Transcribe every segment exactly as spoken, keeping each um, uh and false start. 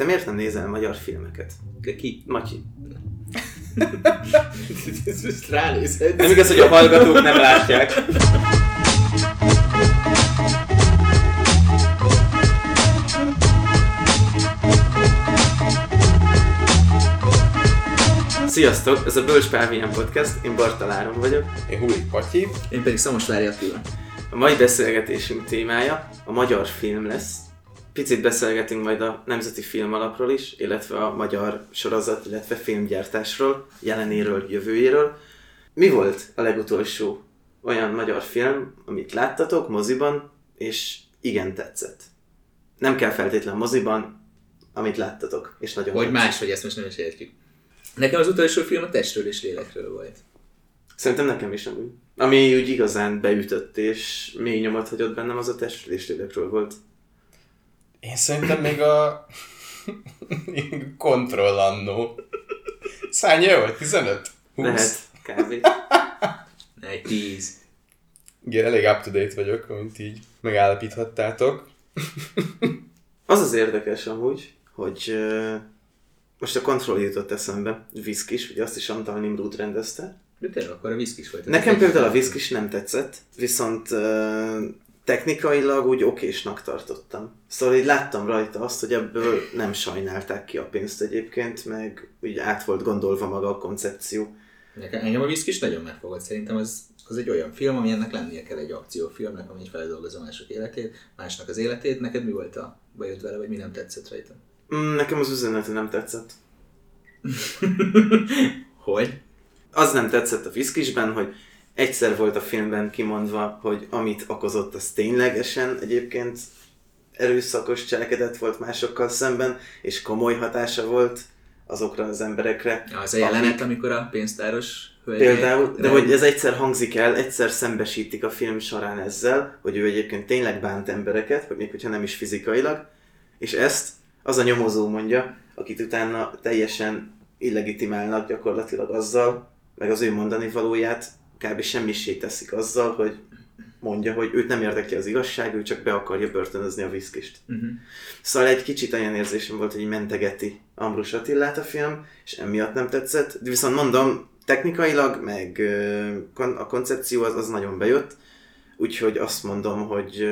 Te miért nem nézel magyar filmeket? Ki? Matyi. Ez most ránézhetsz. Nem igaz, hogy a hallgatók nem látják. Sziasztok! Ez a Bölcs Pálvényen Podcast, én Bartaláron vagyok. Én Hulik Patyi. Én pedig Szamosvári Attila. A mai beszélgetésünk témája a magyar film lesz. Picit beszélgetünk majd a Nemzeti Filmalapról is, illetve a magyar sorozat, illetve filmgyártásról, jelenéről, jövőjéről. Mi volt a legutolsó olyan magyar film, amit láttatok moziban, és igen tetszett? Nem kell feltétlen moziban, amit láttatok, és nagyon Vagy tetszett. más, hogy ezt most nem is értjük. Nekem az utolsó film a Testről és lélekről volt. Szerintem nekem is amúgy. Ami úgy igazán beütött, és mély nyomot hagyott bennem, az a Testről és lélekről volt. Én szerintem még a Control annó. Szárnya volt? tizenöt? húsz? Lehet, kb. Egy tíz. Igen, elég up-to-date vagyok, amint így megállapíthattátok. Az az érdekes amúgy, hogy uh, most a Control jutott eszembe, Viszkis, ugye azt is Antal Nimrud rendezte. De tényleg akkor a Viszkis volt. Nekem például a Viszkis nem tetszett, viszont uh, technikailag úgy okésnak tartottam. Szóval így láttam rajta azt, hogy ebből nem sajnálták ki a pénzt egyébként, meg úgy át volt gondolva maga a koncepció. Nekem, engem a Viszkis nagyon megfogott. Szerintem az, az egy olyan film, ami ennek lennie kell egy akciófilmnek, ami feldolgozza mások életét, másnak az életét. Neked mi volt a bajod vele, vagy mi nem tetszett rajta? Mm, nekem az üzenete nem tetszett. Hogy? Az nem tetszett a Viszkisben, hogy egyszer volt a filmben kimondva, hogy amit okozott, az ténylegesen egyébként erőszakos cselekedet volt másokkal szemben, és komoly hatása volt azokra az emberekre. Az a jelenet, amikor a pénztáros hölgy... Például, de hogy ez egyszer hangzik el, egyszer szembesítik a film során ezzel, hogy ő egyébként tényleg bánt embereket, vagy még hogyha nem is fizikailag, és ezt az a nyomozó mondja, akit utána teljesen illegitimálnak gyakorlatilag azzal, meg az ő mondani valóját kb. Semmissé teszik azzal, hogy mondja, hogy őt nem érdekli az igazság, ő csak be akarja börtönözni a Viszkist. Uh-huh. Szóval egy kicsit olyan érzésem volt, hogy mentegeti Ambrus Attillát a film, és emiatt nem tetszett. De viszont mondom, technikailag, meg a koncepció az, az nagyon bejött, úgyhogy azt mondom, hogy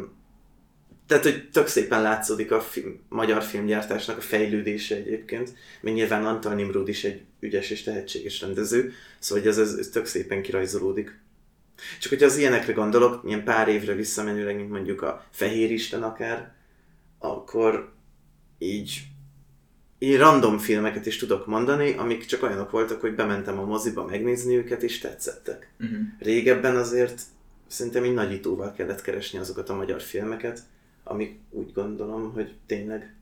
tehát, hogy tök szépen látszódik a film, magyar filmgyártásnak a fejlődése egyébként. Még nyilván Antal Nimrud is egy ügyes és tehetséges rendező, szóval ez, ez, ez tök szépen kirajzolódik. Csak hogyha az ilyenekre gondolok, ilyen pár évre visszamenőleg, mint mondjuk a Fehér Isten akár, akkor így, így random filmeket is tudok mondani, amik csak olyanok voltak, hogy bementem a moziba megnézni őket, és tetszettek. Uh-huh. Régebben azért szerintem így nagyítóval kellett keresni azokat a magyar filmeket, amik úgy gondolom, hogy tényleg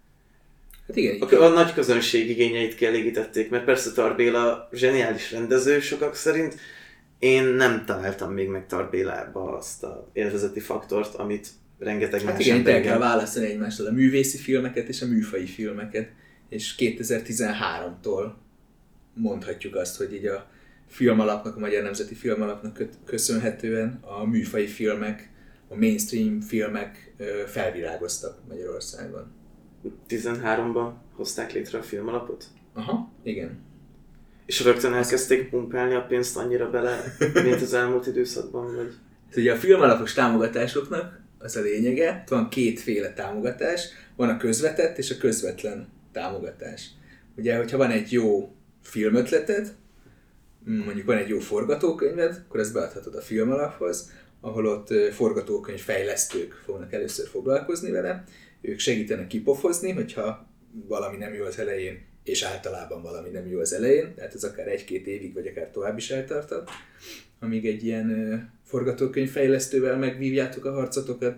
hát igen, a, a nagy közönség igényeit kielégítették, mert persze Tar Béla zseniális rendező sokak szerint, én nem találtam még meg Tar Bélába azt a élvezeti faktort, amit rengeteg hát más igen, ember... el kell választani egymástól a művészi filmeket és a műfaji filmeket, és kétezer-tizenháromtól mondhatjuk azt, hogy így a filmalapnak, a Magyar Nemzeti Filmalapnak köszönhetően a műfaji filmek, a mainstream filmek felvirágoztak Magyarországon. tizenháromban hozták létre a filmalapot? Aha, igen. És rögtön elkezdték pumpálni a pénzt annyira bele, mint az elmúlt időszakban, vagy? Ez ugye a filmalapos támogatásoknak az a lényege, van kétféle támogatás, van a közvetett és a közvetlen támogatás. Ugye, hogyha van egy jó filmötleted, mondjuk van egy jó forgatókönyved, akkor ezt beadhatod a filmalaphoz, ahol ott forgatókönyvfejlesztők fognak először foglalkozni vele, ők segítenek kipofozni, hogyha valami nem jó az elején, és általában valami nem jó az elején, tehát ez akár egy-két évig, vagy akár tovább is eltartat, amíg egy ilyen forgatókönyvfejlesztővel megvívjátok a harcotokat,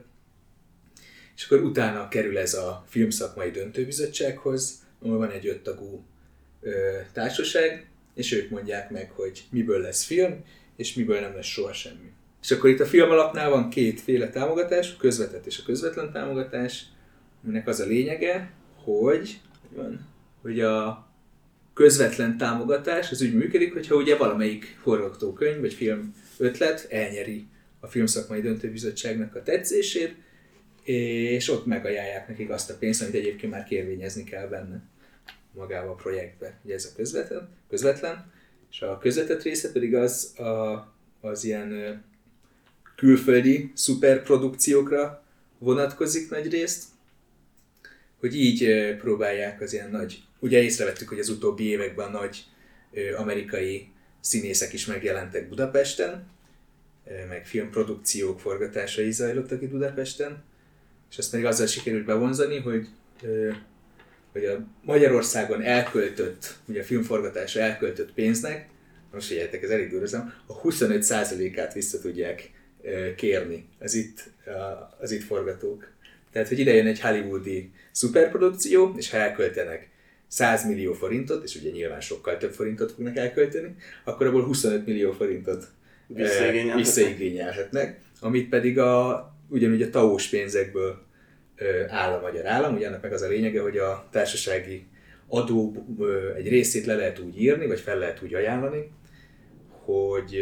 és akkor utána kerül ez a filmszakmai döntőbizottsághoz, ahol van egy öttagú társaság, és ők mondják meg, hogy miből lesz film, és miből nem lesz soha semmi. És akkor itt a filmalapnál van kétféle támogatás, a közvetett és a közvetlen támogatás, aminek az a lényege, hogy, van, hogy a közvetlen támogatás az úgy működik, hogyha ugye valamelyik forgatókönyv vagy film ötlet elnyeri a filmszakmai döntőbizottságnak a tetszését, és ott megajánlják nekik azt a pénzt, amit egyébként már kérvényezni kell benne magába a projektbe. Ugye ez a közvetlen, közvetlen és a közvetett része pedig az, a, az ilyen külföldi szuperprodukciókra vonatkozik nagy részt, hogy így próbálják az ilyen nagy... Ugye észrevettük, hogy az utóbbi években a nagy amerikai színészek is megjelentek Budapesten, meg filmprodukciók, forgatásai zajlottak itt Budapesten, és azt pedig azzal sikerült bevonzani, hogy, hogy a Magyarországon elköltött, ugye a filmforgatásra elköltött pénznek, most figyeljetek, ez elég durvazám, a huszonöt százalékát vissza tudják kérni az itt, az itt forgatók. Tehát, hogy ide jön egy hollywoodi szuperprodukció, és ha elköltenek száz millió forintot, és ugye nyilván sokkal több forintot fognak elkölteni, akkor abból huszonöt millió forintot visszaigényelhetnek, visszaigényelhetnek amit pedig a, ugyanúgy a taós pénzekből áll a magyar állam, ugye annak meg az a lényege, hogy a társasági adó egy részét le lehet úgy írni, vagy fel lehet úgy ajánlani, hogy,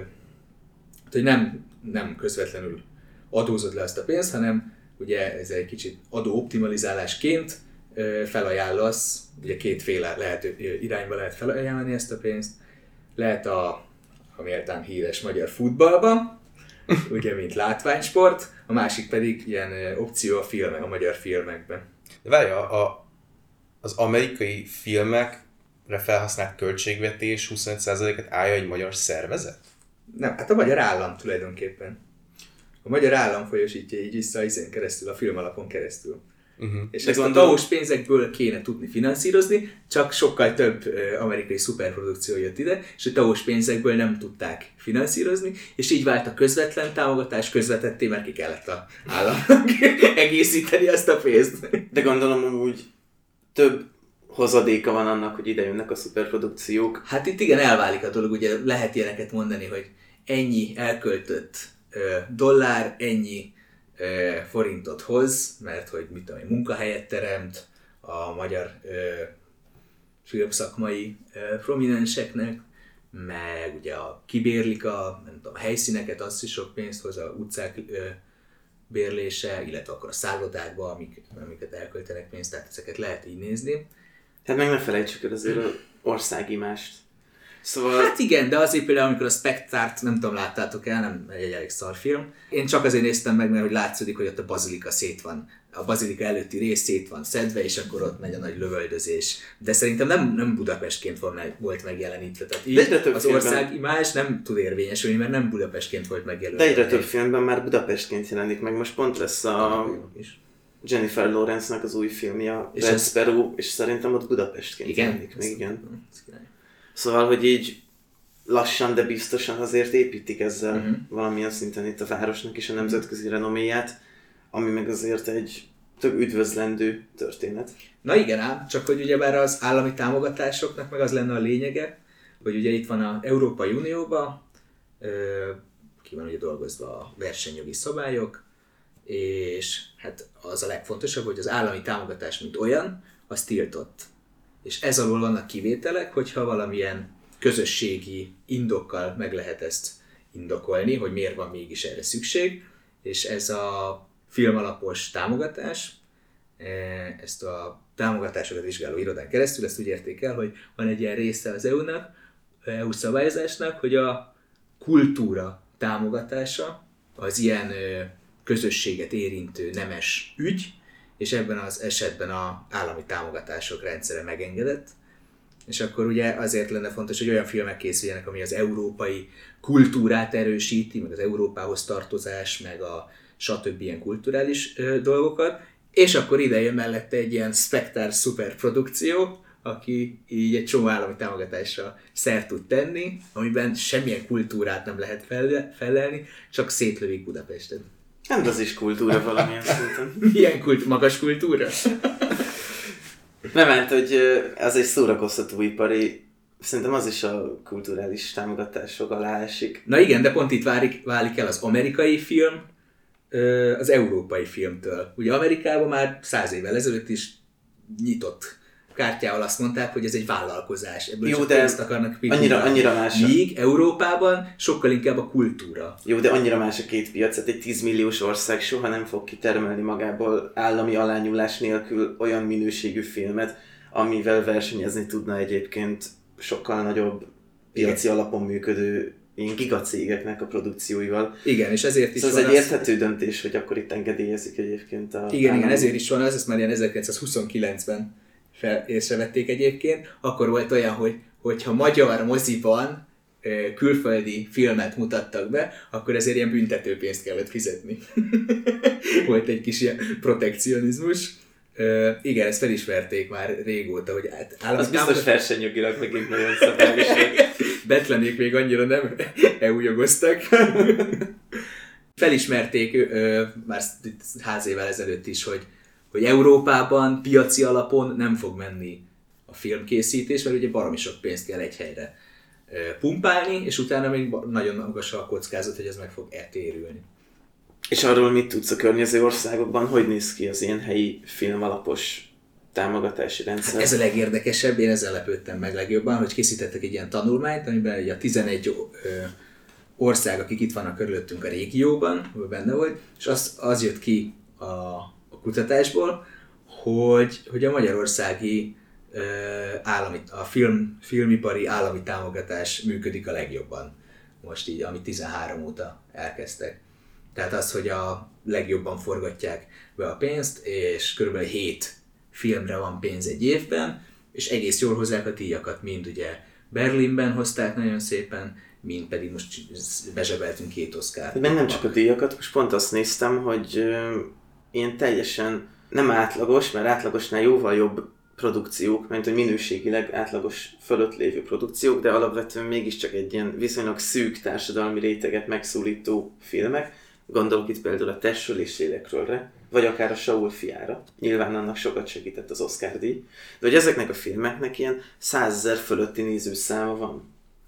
hogy nem, nem közvetlenül adózod le azt a pénzt, hanem ugye ez egy kicsit adóoptimalizálásként felajánlasz, ugye kétféle lehet, irányba lehet felajánlani ezt a pénzt. Lehet a, a méltán híres magyar futballban, ugye mint látványsport, a másik pedig ilyen opció a filmek, a magyar filmekben. De várj, a, a, az amerikai filmekre felhasznált költségvetés huszonöt százalékát állja egy magyar szervezet? Nem, hát a magyar állam tulajdonképpen. A magyar állam folyosítja így vissza a izén keresztül, a filmalapon keresztül. Uh-huh. És de ezt gondolom... a taós pénzekből kéne tudni finanszírozni, csak sokkal több uh, amerikai szuperprodukció jött ide, és a taós pénzekből nem tudták finanszírozni, és így vált a közvetlen támogatás közvetetté, mert ki kellett az államnak egészíteni azt a pénzt. De gondolom amúgy több hozadéka van annak, hogy ide jönnek a szuperprodukciók. Hát itt igen, elválik a dolog, ugye lehet ilyeneket mondani, hogy ennyi elköltött uh, dollár, ennyi forintot hoz, mert hogy mit tudom, munkahelyet teremt a magyar ö, filmszakmai ö, prominenseknek, meg ugye a, kibérlik a, nem tudom, a helyszíneket, azt is sok pénzt hoz, a utcák ö, bérlése, illetve akkor a szállodákba, amik, amiket elköltenek pénzt, tehát ezeket lehet így nézni. Hát meg ne felejtsük el azért az országimást. Szóval... Hát igen, de azért például, amikor a Spectart, nem tudom, láttátok el, nem egy elég szar film. Én csak azért néztem meg, mert hogy látszódik, hogy ott a bazilika szét van, a bazilika előtti rész szét van szedve, és akkor ott megy a nagy lövöldözés. De szerintem nem, nem Budapestként volt megjelenítve. Tehát így az ország imázs nem tud érvényesülni, mert nem Budapestként volt megjelenítve. De egyre több filmben már Budapestként jelenik meg. Most pont lesz a Jennifer Lawrence-nak az új filmje, és Red ez... Sparrow, és szerintem ott Budapestként igen? jelenik meg. Igen. Szóval, hogy így lassan, de biztosan azért építik ezzel uh-huh. valamilyen szinten itt a városnak is a nemzetközi renoméját, ami meg azért egy több üdvözlendő történet. Na igen ám, csak hogy ugyebár az állami támogatásoknak meg az lenne a lényege, hogy ugye itt van az Európai Unióban, ki van ugye dolgozva a versenyjogi szabályok, és hát az a legfontosabb, hogy az állami támogatás mint olyan, az tiltott. És ez alól vannak kivételek, hogyha valamilyen közösségi indokkal meg lehet ezt indokolni, hogy miért van mégis erre szükség, és ez a filmalapos támogatás, ezt a támogatásokat vizsgáló irodán keresztül, ezt úgy érték el, hogy van egy ilyen része az é u-nak, é u szabályozásnak, hogy a kultúra támogatása az ilyen közösséget érintő nemes ügy, és ebben az esetben az állami támogatások rendszere megengedett. És akkor ugye azért lenne fontos, hogy olyan filmek készüljenek, ami az európai kultúrát erősíti, meg az Európához tartozás, meg a stb. Ilyen kulturális ö, dolgokat. És akkor ide jön mellette egy ilyen Spectre szuperprodukció, aki így egy csomó állami támogatásra szert tud tenni, amiben semmilyen kultúrát nem lehet felelni, csak szétlövik Budapestet. Hát az is kultúra valamilyen szinten. Milyen kult, magas kultúra? Nem, mert hogy ez egy szórakoztatóipari, szerintem az is a kulturális támogatások alá esik. Na igen, de pont itt válik, válik el az amerikai film az európai filmtől. Ugye Amerikában már száz évvel ezelőtt is nyitott kártyával azt mondták, hogy ez egy vállalkozás, ebből Jó, csak de pénzt akarnak annyira, annyira más. Míg Európában sokkal inkább a kultúra. Jó, de annyira más a két piac, hát egy tíz milliós ország soha nem fog kitermelni magából állami alányulás nélkül olyan minőségű filmet, amivel versenyezni tudna egyébként sokkal nagyobb piaci igen. alapon működő ilyen gigacégeknek a produkcióival. Igen, és ezért is szóval van ez egy az... érthető döntés, hogy akkor itt engedélyezik egyébként a... Igen, igen, ezért is van az, ezt már ilyen ezerkilencszázhuszonkilencben fel, észrevették egyébként, akkor volt olyan, hogy hogyha magyar moziban külföldi filmet mutattak be, akkor ezért ilyen büntetőpénzt kellett fizetni. Volt egy kis ilyen protekcionizmus. Uh, igen, ezt felismerték már régóta, hogy át, állami az biztos támogat... versenyjogilag megint nagyon szabályos. Betlenék még annyira nem é u jogoztak. Felismerték uh, már ház évvel ezelőtt is, hogy, hogy Európában piaci alapon nem fog menni a filmkészítés, mert ugye baromi sok pénzt kell egy helyre uh, pumpálni, és utána még nagyon magas a kockázat, hogy ez meg fog eltérülni. És arról mit tudsz a környező országokban, hogy néz ki az ilyen helyi filmalapos támogatási rendszer? Hát ez a legérdekesebb, én ezzel lepődtem meg legjobban, hogy készítettek egy ilyen tanulmányt, amiben a tizenegy ország, akik itt vannak körülöttünk a régióban, benne volt, és az, az jött ki a, a kutatásból, hogy, hogy a magyarországi állami, a film, filmipari állami támogatás működik a legjobban. Most így, amit tizenhárom óta elkezdtek. Tehát az, hogy a legjobban forgatják be a pénzt, és körülbelül hét filmre van pénz egy évben, és egész jól hozzák a díjakat, mind ugye Berlinben hozták nagyon szépen, mind pedig most bezsebeltünk két Oscar. Meg nem csak a díjakat, most pont azt néztem, hogy uh, ilyen teljesen nem átlagos, mert átlagosnál jóval jobb produkciók, mert hogy minőségileg átlagos fölött lévő produkciók, de alapvetően mégiscsak egy ilyen viszonylag szűk társadalmi réteget megszólító filmek. Gondolok itt például a Testről és lélekről, vagy akár a Saul fiára. Nyilván annak sokat segített az Oscar-díj. De hogy ezeknek a filmeknek ilyen százezer fölötti nézőszáma van.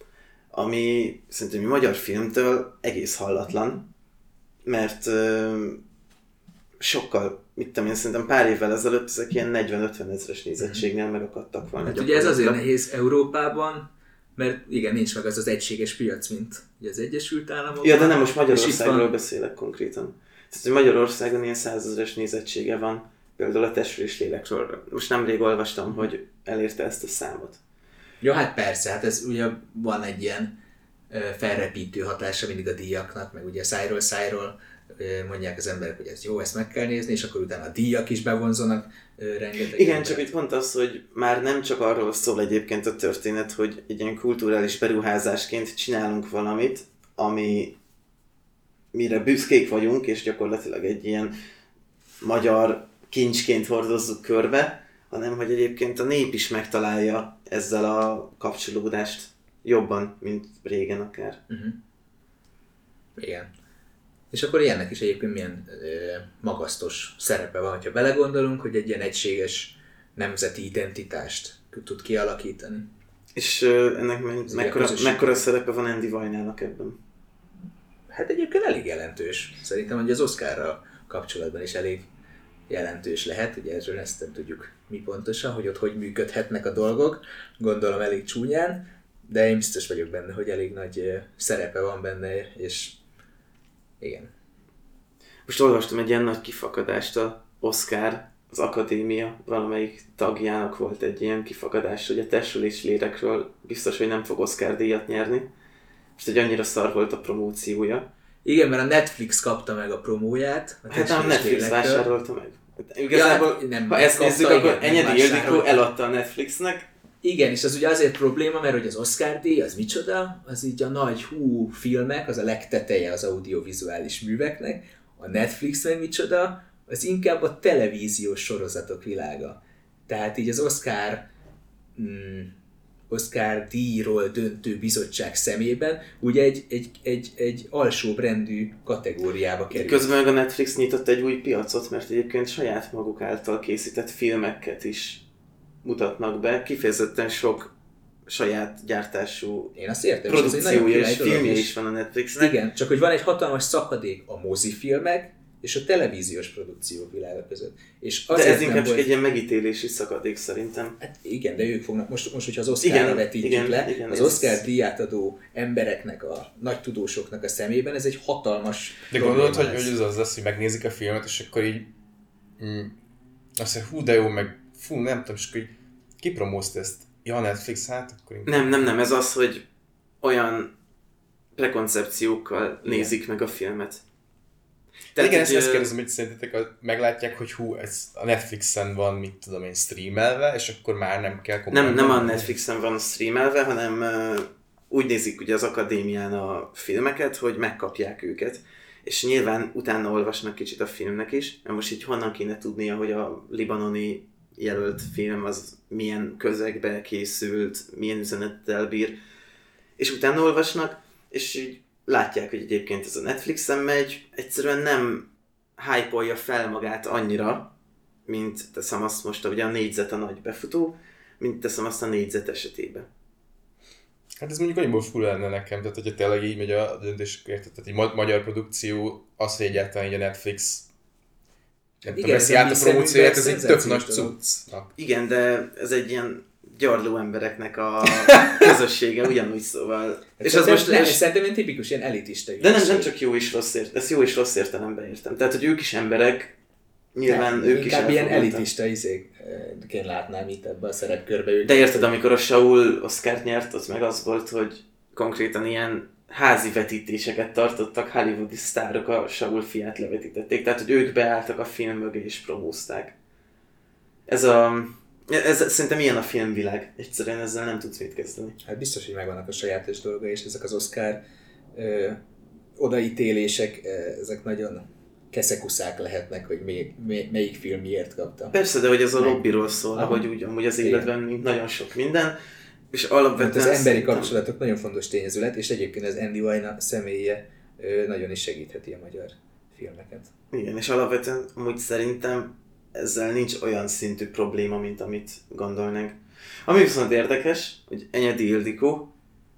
Ami szerintem mi magyar filmtől egész hallatlan, mert ö, sokkal, mit tudom én, szerintem pár évvel ezelőtt ezek ilyen negyven-ötven ezres nézettségnél megakadtak volna. Hát ugye ez azért nehéz Európában, mert igen, nincs meg az az egységes piac, mint ugye az Egyesült Államokban. Ja, de nem, most Magyarországról van... beszélek konkrétan. Tehát, hogy Magyarországon ilyen százezeres nézettsége van, például a Testről és lélekről. Most nemrég olvastam, hogy elérte ezt a számot. Ja, hát persze, hát ez ugye van egy ilyen felrepítő hatása mindig a díjaknak, meg ugye szájról szájról mondják az emberek, hogy ez jó, ezt meg kell nézni, és akkor utána a díjak is bevonzanak rengeteg. Igen, embert. Csak itt pont az, hogy már nem csak arról szól egyébként a történet, hogy egy ilyen kulturális beruházásként csinálunk valamit, ami mire büszkék vagyunk, és gyakorlatilag egy ilyen magyar kincsként hordozzuk körbe, hanem hogy egyébként a nép is megtalálja ezzel a kapcsolódást jobban, mint régen akár. Uh-huh. Igen. És akkor ilyennek is egyébként milyen ö, magasztos szerepe van, ha belegondolunk, hogy egy ilyen egységes nemzeti identitást tud kialakítani. És ö, ennek me- mekkora, mekkora szerepe van Andy Vajnának ebben? Hát egyébként elég jelentős. Szerintem, hogy az Oscarral kapcsolatban is elég jelentős lehet. Ugye erről ezt nem tudjuk mi pontosan, hogy ott hogy működhetnek a dolgok. Gondolom elég csúnyán, de én biztos vagyok benne, hogy elég nagy ö, szerepe van benne, és igen. Most olvastam egy ilyen nagy kifakadást, a Oscar, az akadémia valamelyik tagjának volt egy ilyen kifakadás, hogy a Testről és lélekről biztos, hogy nem fog Oscar díjat nyerni. Most egy annyira szar volt a promóciója. Igen, mert a Netflix kapta meg a promóját. A hát a Netflix lélekről. Vásárolta meg. Igazából, ja, nem, ha ezt kapta, nézzük, igen, akkor Enyedi Ildikó eladta a Netflixnek. Igen, és az ugye azért probléma, mert hogy az Oscar-díj, az micsoda? Az így a nagy hú filmek, az a legteteje az audiovizuális műveknek. A Netflix meg micsoda? Az inkább a televíziós sorozatok világa. Tehát így az Oscar, mm, Oscar díjról döntő bizottság szemében ugye egy, egy, egy, egy alsóbrendű kategóriába kerül. Közben meg a Netflix nyitott egy új piacot, mert egyébként saját maguk által készített filmeket is mutatnak be, kifejezetten sok saját gyártású Én azt értem, produkciója és filmje is van a Netflixnek. Igen, csak hogy van egy hatalmas szakadék a mozifilmek és a televíziós produkciók világa között. És de ez inkább csak volt... egy ilyen megítélési szakadék szerintem. Hát igen, de ők fognak, most, most hogyha az Oscarra vetítjük igen, le, igen, az Oscar díját adó embereknek, a nagy tudósoknak a szemében, ez egy hatalmas... De gondolod, hogy, hogy az az lesz, hogy megnézik a filmet, és akkor így mm, azt mondja, hú, de jó, meg fú, nem tudom, és akkor így kipromózta ezt. Ja, Netflix, hát akkor... Így... Nem, nem, nem, ez az, hogy olyan prekoncepciókkal nézik meg a filmet. Tehát, igen, ezt, ezt kérdezem, hogy szerintetek meglátják, hogy hú, ez a Netflixen van, mit tudom én, streamelve, és akkor már nem kell komolyan. Nem, nem a Netflixen van streamelve, hanem uh, úgy nézik ugye az akadémián a filmeket, hogy megkapják őket. És nyilván utána olvasnak kicsit a filmnek is, mert most így honnan kéne tudnia, hogy a libanoni jelölt film az milyen közegbe készült, milyen üzenettel bír. És utána olvasnak, és így látják, hogy egyébként ez a Netflixen megy, egyszerűen nem hype-olja fel magát annyira, mint teszem azt most, ugye a négyzet a nagy befutó, mint teszem azt a négyzet esetében. Hát ez mondjuk annyiból full lenne nekem, tehát hogyha tényleg így megy a döntés, tehát egy ma- magyar produkció, az, hogy egyáltalán így a Netflix nem tudom, veszi át a promócióját, ez egy tök nagy cuccnak. Igen, de ez egy ilyen gyarló embereknek a közössége, ugyanúgy szóval. És az most nem, és... szerintem én tipikus ilyen elitista. De nem, nem csak jó és rossz ért, ezt jó és rossz értelemben értem. Tehát, hogy ők is emberek, nyilván nem, ők is inkább ilyen elitista izéként látnám itt ebben a szerepkörbe őket. De érted, amikor a Saul Oscart nyert, az meg az volt, hogy konkrétan ilyen házi vetítéseket tartottak, hollywoodi sztárok a Saul fiát levetítették. Tehát, hogy ők beálltak a film mögé és promózták. Ez a... Ez, szerintem ilyen a filmvilág. Egyszerűen ezzel nem tudsz mit kezdeni. Hát biztos, hogy megvannak a sajátos dolgai, és ezek az Oscar ö, odaítélések, ö, ezek nagyon keszekuszák lehetnek, hogy mely, mely, melyik film miért kapta. Persze, de hogy az a lobbyról szól, Aha. hogy úgy amúgy az életben mint nagyon sok minden. És alapvetően... Hát az emberi szerintem... kapcsolatok nagyon fontos tényező lett, és egyébként az Andy Vajna személye ö, nagyon is segítheti a magyar filmeket. Igen, és alapvetően amúgy szerintem ezzel nincs olyan szintű probléma, mint amit gondolnánk. Ami viszont érdekes, hogy Enyedi Ildikó,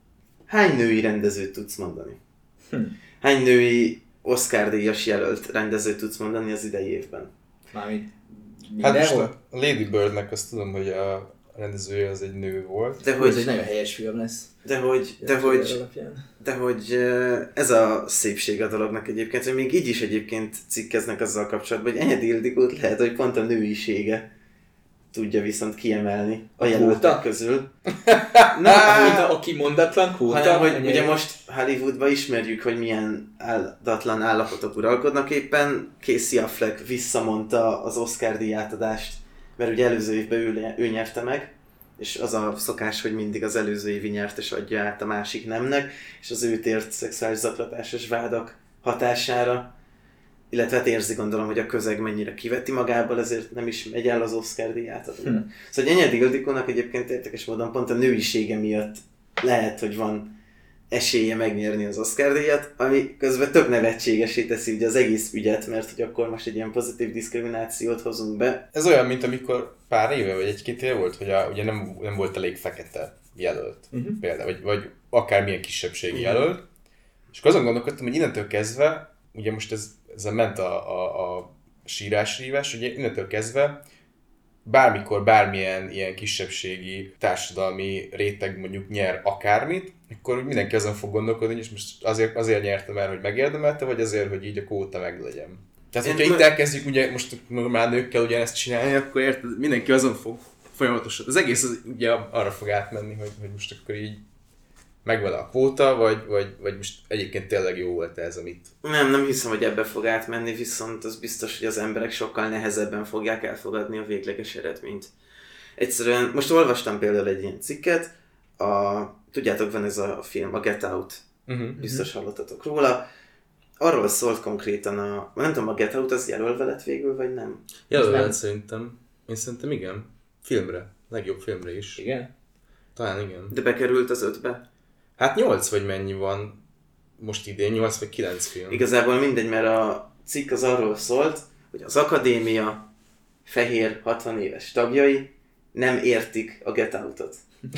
hány női rendezőt tudsz mondani? Hm. Hány női Oscar-díjas jelölt rendezőt tudsz mondani az idei évben? Mármint hát most a Lady Birdnek azt tudom, hogy a rendezője az egy nő volt. De hogy ez egy nagyon helyes film lesz. De hogy, de hogy, de hogy ez a szépség a dolognak egyébként, hogy még így is egyébként cikkeznek azzal kapcsolatban, hogy Enyedi Ildikót lehet, hogy pont a nőisége tudja viszont kiemelni a, a jelöltek közül. Na, a, aki mondatlan kvóta. Hanem, hogy ugye most Hollywoodban ismerjük, hogy milyen áldatlan állapotok uralkodnak éppen. Casey Affleck visszamondta az Oscar díjátadást, mert ugye előző évben ő, ő nyerte meg, és az a szokás, hogy mindig az előző évi nyertes adja át a másik nemnek, és az őt ért szexuális zaklatásos vádak hatására, illetve hát érzi gondolom, hogy a közeg mennyire kiveti magából, ezért nem is megy el az Oscar díját. Hmm. Szóval Enyedi Ildikónak egyébként érdekes módon pont a nőisége miatt lehet, hogy van esélye megnyerni az Oscar díjat, ami közben tök nevetségesé teszi ugye az egész ügyet, mert hogy akkor most egy ilyen pozitív diszkriminációt hozunk be. Ez olyan, mint amikor pár éve vagy egy-két éve volt, hogy a, ugye nem, nem volt elég fekete jelölt, uh-huh. például, vagy, vagy akármilyen kisebbségi uh-huh. jelölt, és akkor azon gondolkodtam, hogy innentől kezdve, ugye most ez, ezzel ment a, a, a sírás-rívás, ugye innentől kezdve bármikor bármilyen ilyen kisebbségi társadalmi réteg mondjuk nyer akármit, akkor mindenki azon fog gondolkodni, és most azért, azért nyertem el, hogy megérdemelte, vagy azért, hogy így a kvóta meglegyen. Tehát, hogyha itt elkezdjük ugye most már nőkkel ugyanezt csinálni, akkor érted, mindenki azon fog folyamatosan. Az egész az, ugye arra fog átmenni, hogy, hogy most akkor így megvan a kvóta, vagy, vagy, vagy most egyébként tényleg jó volt ez, amit... Nem, nem hiszem, hogy ebbe fog átmenni, viszont az biztos, hogy az emberek sokkal nehezebben fogják elfogadni a végleges eredményt. Egyszerűen, most olvastam például egy ilyen cikket, a, tudjátok, van ez a film, a Get Out, uh-huh, biztos uh-huh. hallottatok róla. Arról szólt konkrétan a, nem tudom, a Get Out az jelölve lett végül, vagy nem? Jelölve lett szerintem. Én szerintem igen. Filmre. Legjobb filmre is. Igen? Talán igen. De bekerült az ötbe? Hát nyolc vagy mennyi van most idén, nyolc vagy kilenc film. Igazából mindegy, mert a cikk az arról szólt, hogy az akadémia fehér hatvan éves tagjai nem értik a Get Out-ot.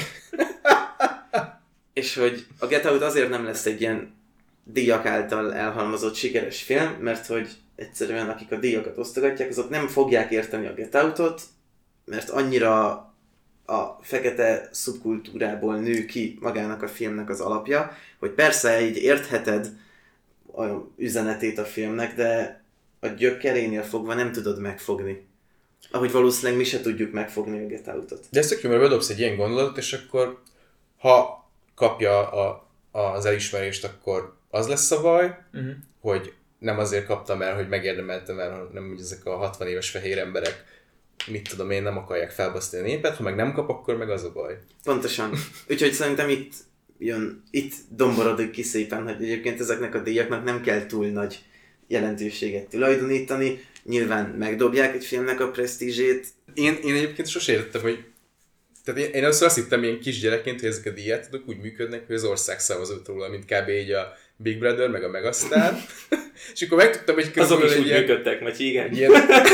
És hogy a Get Out azért nem lesz egy ilyen díjak által elhalmozott sikeres film, mert hogy egyszerűen akik a díjakat osztogatják, azok nem fogják érteni a Get Out-ot, mert annyira a fekete szubkultúrából nő ki magának a filmnek az alapja, hogy persze így értheted a üzenetét a filmnek, de a gyökerénél fogva nem tudod megfogni. Ahogy valószínűleg mi se tudjuk megfogni a Get Out-ot. De ez tök jó, mert bedobsz egy ilyen gondolatot, és akkor ha kapja a, az elismerést, akkor az lesz a baj, uh-huh. hogy nem azért kaptam el, hogy megérdemeltem el, hanem hogy ezek a hatvan éves fehér emberek, mit tudom én, nem akarják felbasztani a népet, ha meg nem kap, akkor meg az a baj. Pontosan. Úgyhogy szerintem itt jön, itt domborodik ki szépen, hogy egyébként ezeknek a díjaknak nem kell túl nagy jelentőséget tulajdonítani. Nyilván megdobják egy filmnek a presztízsét. Én, én egyébként sosem értettem, hogy tehát én, én először azt hittem ilyen kisgyerekként, hogy ezek a díjátadók úgy működnek, hogy az ország szavazott róla, mint kb. Így a Big Brother, meg a Megastar. És akkor megtudtam, hogy közül azok is egy úgy ilyen, működtek, vagy igen. Ilyen,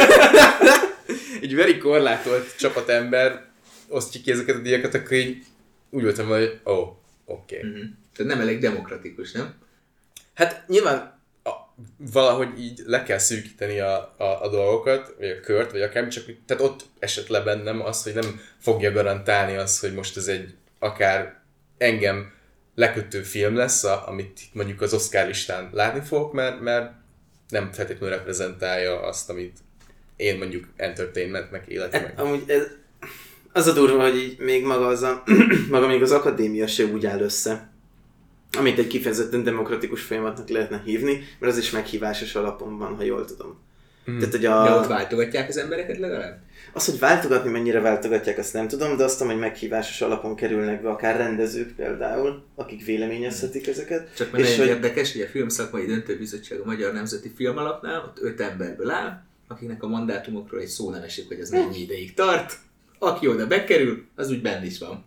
egy very korlátolt csapatember osztja ki ezeket a díjakat, akkor így úgy voltam, hogy ó, oh, oké. Okay. Mm-hmm. Tehát nem elég demokratikus, nem? Hát nyilván a, valahogy így le kell szűkíteni a, a, a dolgokat, vagy a kört, vagy akármi, csak tehát ott esett le bennem az, hogy nem fogja garantálni azt, hogy most ez egy akár engem lekötő film lesz, a, amit mondjuk az Oscar listán látni fogok, mert, mert nem feltétlenül reprezentálja azt, amit én mondjuk entertainmentnek életem meg. Amúgy ez, az a durva, hogy így még maga, az a, maga még az akadémia se úgy áll össze, amit egy kifejezetten demokratikus folyamatnak lehetne hívni, mert az is meghívásos alapon van, ha jól tudom. Hmm. Tehát, hogy a... De ott váltogatják az embereket legalább? Az, hogy váltogatni, mennyire váltogatják, azt nem tudom, de azt tudom, hogy meghívásos alapon kerülnek be akár rendezők például, akik véleményezhetik ezeket. Csak mert nagyon hogy... érdekes, hogy a Filmszakmai Döntőbizottság a Magyar Nemzeti Filmalapnál ott öt emberből áll, akiknek a mandátumokról egy szó nem esik, hogy az mennyi ideig tart. Aki oda bekerül, az úgy benne is van.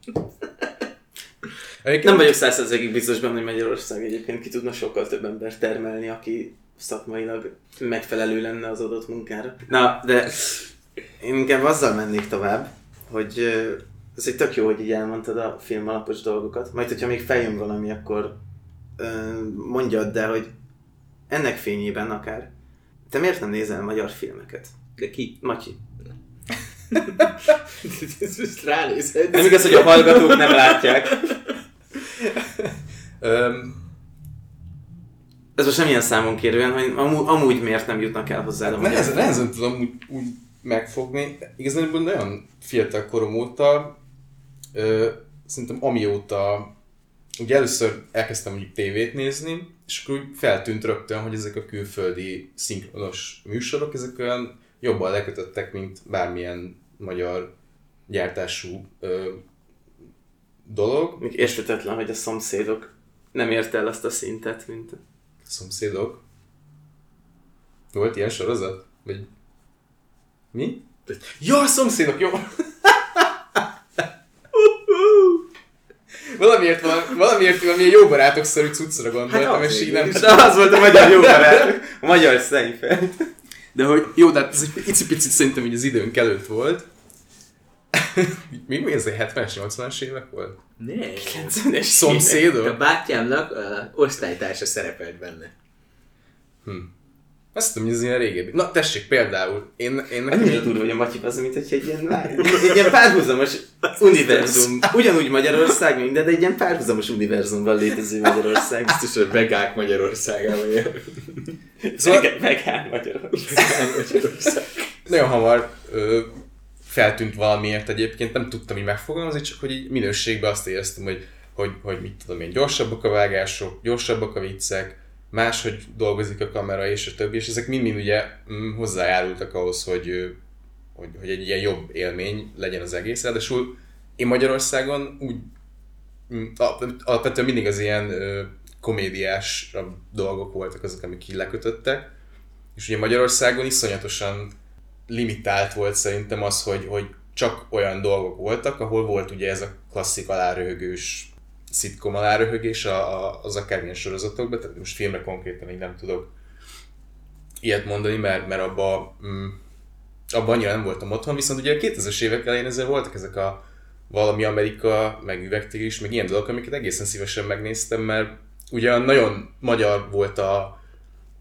Nem vagyok száz százalékig biztos benne, hogy Magyarország egyébként ki tudna sokkal több ember termelni, aki szakmailag megfelelő lenne az adott munkára. Na, de én inkább azzal mennék tovább, hogy ez egy tök jó, hogy így elmondtad a film alapos dolgokat. Majd, hogyha még feljön valami, akkor mondjad, de hogy ennek fényében akár. Te miért nem nézel magyar filmeket? De ki? Matyi. Ezt ránézed. Nem igaz, hogy a hallgatók nem látják. Um, Ez most nem ilyen számon kérően, hogy amú, amúgy miért nem jutnak el hozzá a nehezen, nehezen tudom úgy, úgy megfogni. Igazából nagyon fiatal korom óta, ö, szerintem amióta, ugye először elkezdtem mondjuk tévét nézni, és akkor úgy feltűnt rögtön, hogy ezek a külföldi szinkronos műsorok, ezek olyan jobban lekötöttek, mint bármilyen magyar gyártású ö, dolog. Még érthetetlen, hogy a Szomszédok nem ért el azt a szintet, mint a Szomszédok? Volt ilyen sorozat? Vagy... Mi? Ja, a Szomszédok, jó! valamiért, valami, valamiért valami jó barátok-szerű cuccra gondoltam, hát és így nem... De az volt a magyar jó barátok, a magyar Seinfeld. De hogy jó, de hát ez egy icipicit szerintem így az időnk előtt volt. Mi, mi ez egy hetvenes, nyolcvanas évek volt? Ne, kilencvenes Szomszédok? A bátyámnak a osztálytársa szerepelt benne. Hm. Azt tudom, hogy ez ilyen régebbi. Na tessék, például, én... én nekem... Annyira durva, hogy a Matyi az, mint hogy egy ilyen, egy ilyen párhuzamos univerzum. Ugyanúgy Magyarország minden, de egy ilyen párhuzamos univerzumban létező Magyarország. Biztos, hogy vegák Magyarországában jön. Szóval... Vegán Magyarország. Nagyon hamar ö, feltűnt valamiért egyébként, nem tudtam így megfogalmazni, csak hogy így minőségben azt éreztem, hogy, hogy, hogy mit tudom én, gyorsabbak a vágások, gyorsabbak a viccek, máshogy dolgozik a kamera és a többi, és ezek mind-mind ugye mm, hozzájárultak ahhoz, hogy, hogy, hogy egy ilyen jobb élmény legyen az egész. Ráadásul én Magyarországon úgy mm, alapvetően mindig az ilyen ö, komédiás dolgok voltak azok, amik így lekötöttek, és ugye Magyarországon iszonyatosan limitált volt szerintem az, hogy, hogy csak olyan dolgok voltak, ahol volt ugye ez a klasszik aláröhögős szitcom aláröhögés a, a, az akármilyen sorozatokban, tehát most filmre konkrétan így nem tudok ilyet mondani, mert, mert abban mm, abba annyira nem voltam otthon, viszont ugye a kétezres évek elején ezzel voltak ezek a valami Amerika, meg Üvegtigris, meg ilyen dolgok, amiket egészen szívesen megnéztem, mert ugye nagyon magyar volt a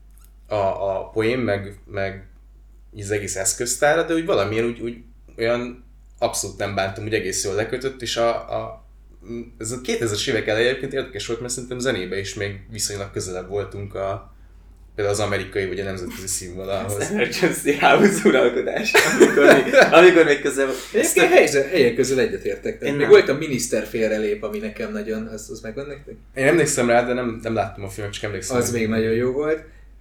a, a poén, meg, meg az egész eszköztára, de úgy valamilyen úgy, úgy olyan abszolút nem bántam, úgy egész jól lekötött, és a, a ez a kétezres évek elején egyébként érdekes volt, mert szerintem zenébe is még viszonylag közelebb voltunk a például az amerikai vagy a nemzetközi színvonalhoz. Az Emergency House uralkodás, amikor még, amikor még közel volt. Egyébként helyek, helyek közül egyetértek. Én Még nem. volt a Miniszter félrelép, ami nekem nagyon, az, az megvan nektek? Én emlékszem rá, de nem, nem láttam a filmet, csak emlékszem. Az még nagyon jó volt.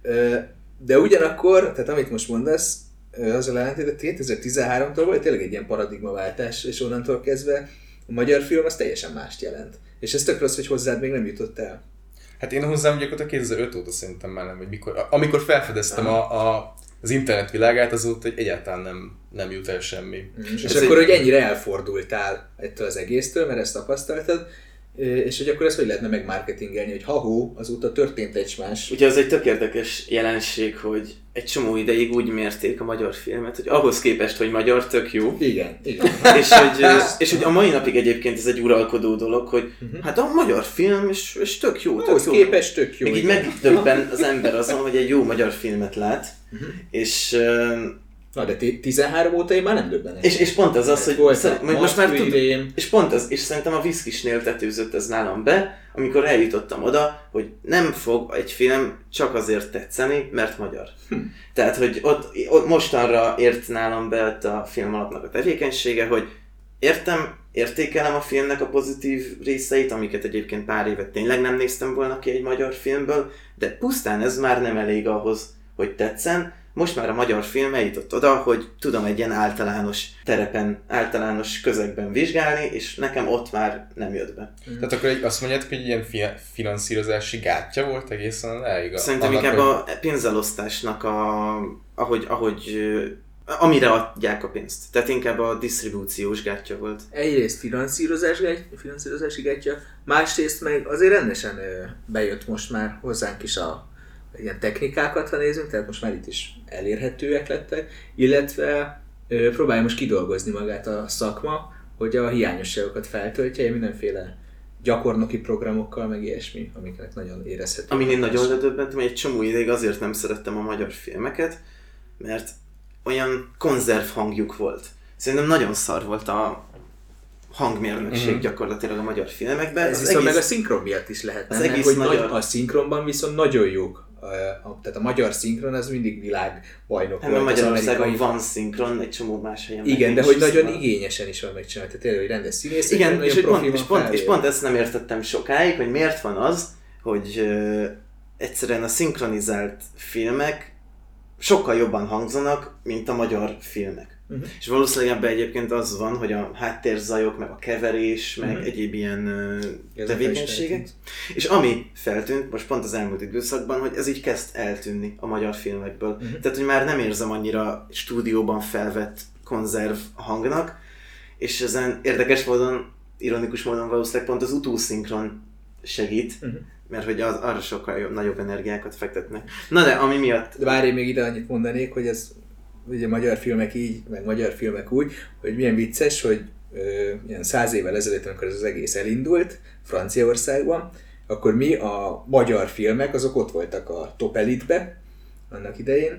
De ugyanakkor, tehát amit most mondasz, az a jelentő, kétezer-tizenháromtól volt tényleg egy ilyen paradigmaváltás, és onnantól kezdve a magyar film az teljesen mást jelent. És ez tök rossz, hogy hozzád még nem jutott el. Hát én hozzám gyakorlatilag kétezer-öt óta szerintem már nem, vagy mikor, amikor felfedeztem a, a, az internet világát, azóta egyáltalán nem, nem jut el semmi. Mm. És, Ez és akkor, egy- hogy ennyire elfordultál ettől az egésztől, mert ezt tapasztaltad, és hogy akkor ezt hogy lehetne megmarketingelni, hogy ha-hó, azóta történt egy más. Ugye az egy tök érdekes jelenség, hogy egy csomó ideig úgy mérték a magyar filmet, hogy ahhoz képest, hogy magyar, tök jó. Igen, igen. és, hogy, és hogy a mai napig egyébként ez egy uralkodó dolog, hogy Uh-huh. hát a magyar film, és, és tök jó, tök Ahhoz jó. képest tök jó. Még így igen. megdöbben az ember azon, hogy egy jó magyar filmet lát, Uh-huh. és, ö, Na de ti- tizenhárom óta én már nem döbbenek. és, és pont az az, hogy volt szer- a most, most már tud, idején. és pont az, és szerintem a Viszkisnél tetőzött ez nálam be, amikor eljutottam oda, hogy nem fog egy film csak azért tetszeni, mert magyar. Hm. Tehát, hogy ott, ott mostanra ért nálam be ott a film alapnak a tevékenysége, hogy értem, értékelem a filmnek a pozitív részeit, amiket egyébként pár évet tényleg nem néztem volna ki egy magyar filmből, de pusztán ez már nem elég ahhoz, hogy tetszen. Most már a magyar film eljutott oda, hogy tudom egy ilyen általános terepen, általános közegben vizsgálni, és nekem ott már nem jött be. Tehát akkor egy- azt mondjátok, hogy egy ilyen fi- finanszírozási gátja volt egészen elég? a- Szerintem annak, inkább hogy- a pénzelosztásnak a, ahogy, ahogy, ö, amire adják a pénzt. Tehát inkább a disztribúciós gátja volt. Egyrészt finanszírozás gátja, finanszírozási gátja, másrészt meg azért rendesen ö, bejött most már hozzánk is a ilyen technikákat, ha nézünk, tehát most már itt is elérhetőek lettek, illetve ö, próbálja most kidolgozni magát a szakma, hogy a hiányosságokat feltöltje mindenféle gyakornoki programokkal, meg ilyesmi, amiknek nagyon érezhető. Amin én hatás. nagyon ledöbbentem, hogy egy csomó ideig azért nem szerettem a magyar filmeket, mert olyan konzerv hangjuk volt. Szerintem nagyon szar volt a hangmérnökség Mhm. gyakorlatilag a magyar filmekben. Ez Az viszont egész- meg a szinkron miatt is lehet, az nem? egész Hogy magyar- nagy, a szinkronban viszont nagyon jók. A, a, tehát a magyar szinkron az mindig világbajnok Hát, volt mert az Magyarországon amerikai. van szinkron, egy csomó más helyen. Igen, meg de nincs, hogy nagyon szóval- igényesen is van megcsinálva. Tehát tényleg, hogy rendes színészek, Igen, nagyon és, hogy profi pont, és, van pont, és felvéve. pont ezt nem értettem sokáig, hogy miért van az, hogy ö, egyszerűen a szinkronizált filmek sokkal jobban hangzanak, mint a magyar filmek. Uh-huh. És valószínűleg ebben egyébként az van, hogy a háttérzajok, meg a keverés, meg Mhm. egyéb ilyen ö, Ez tevékenységek. feltűnt. És ami feltűnt, most pont az elmúlt időszakban, hogy ez így kezd eltűnni a magyar filmekből. Mhm. Tehát, hogy már nem érzem annyira stúdióban felvett konzerv hangnak, és ezen érdekes módon, ironikus módon valószínűleg pont az utószinkron segít, Mhm. mert hogy az, arra sokkal jobb, nagyobb energiákat fektetnek. Na de, ami miatt... De várj, még ide annyit mondanék, hogy ez ugye magyar filmek így, meg magyar filmek úgy, hogy milyen vicces, hogy ö, ilyen száz évvel ezelőtt, amikor ez az egész elindult Franciaországban, akkor mi a magyar filmek, azok ott voltak a top elitbe annak idején,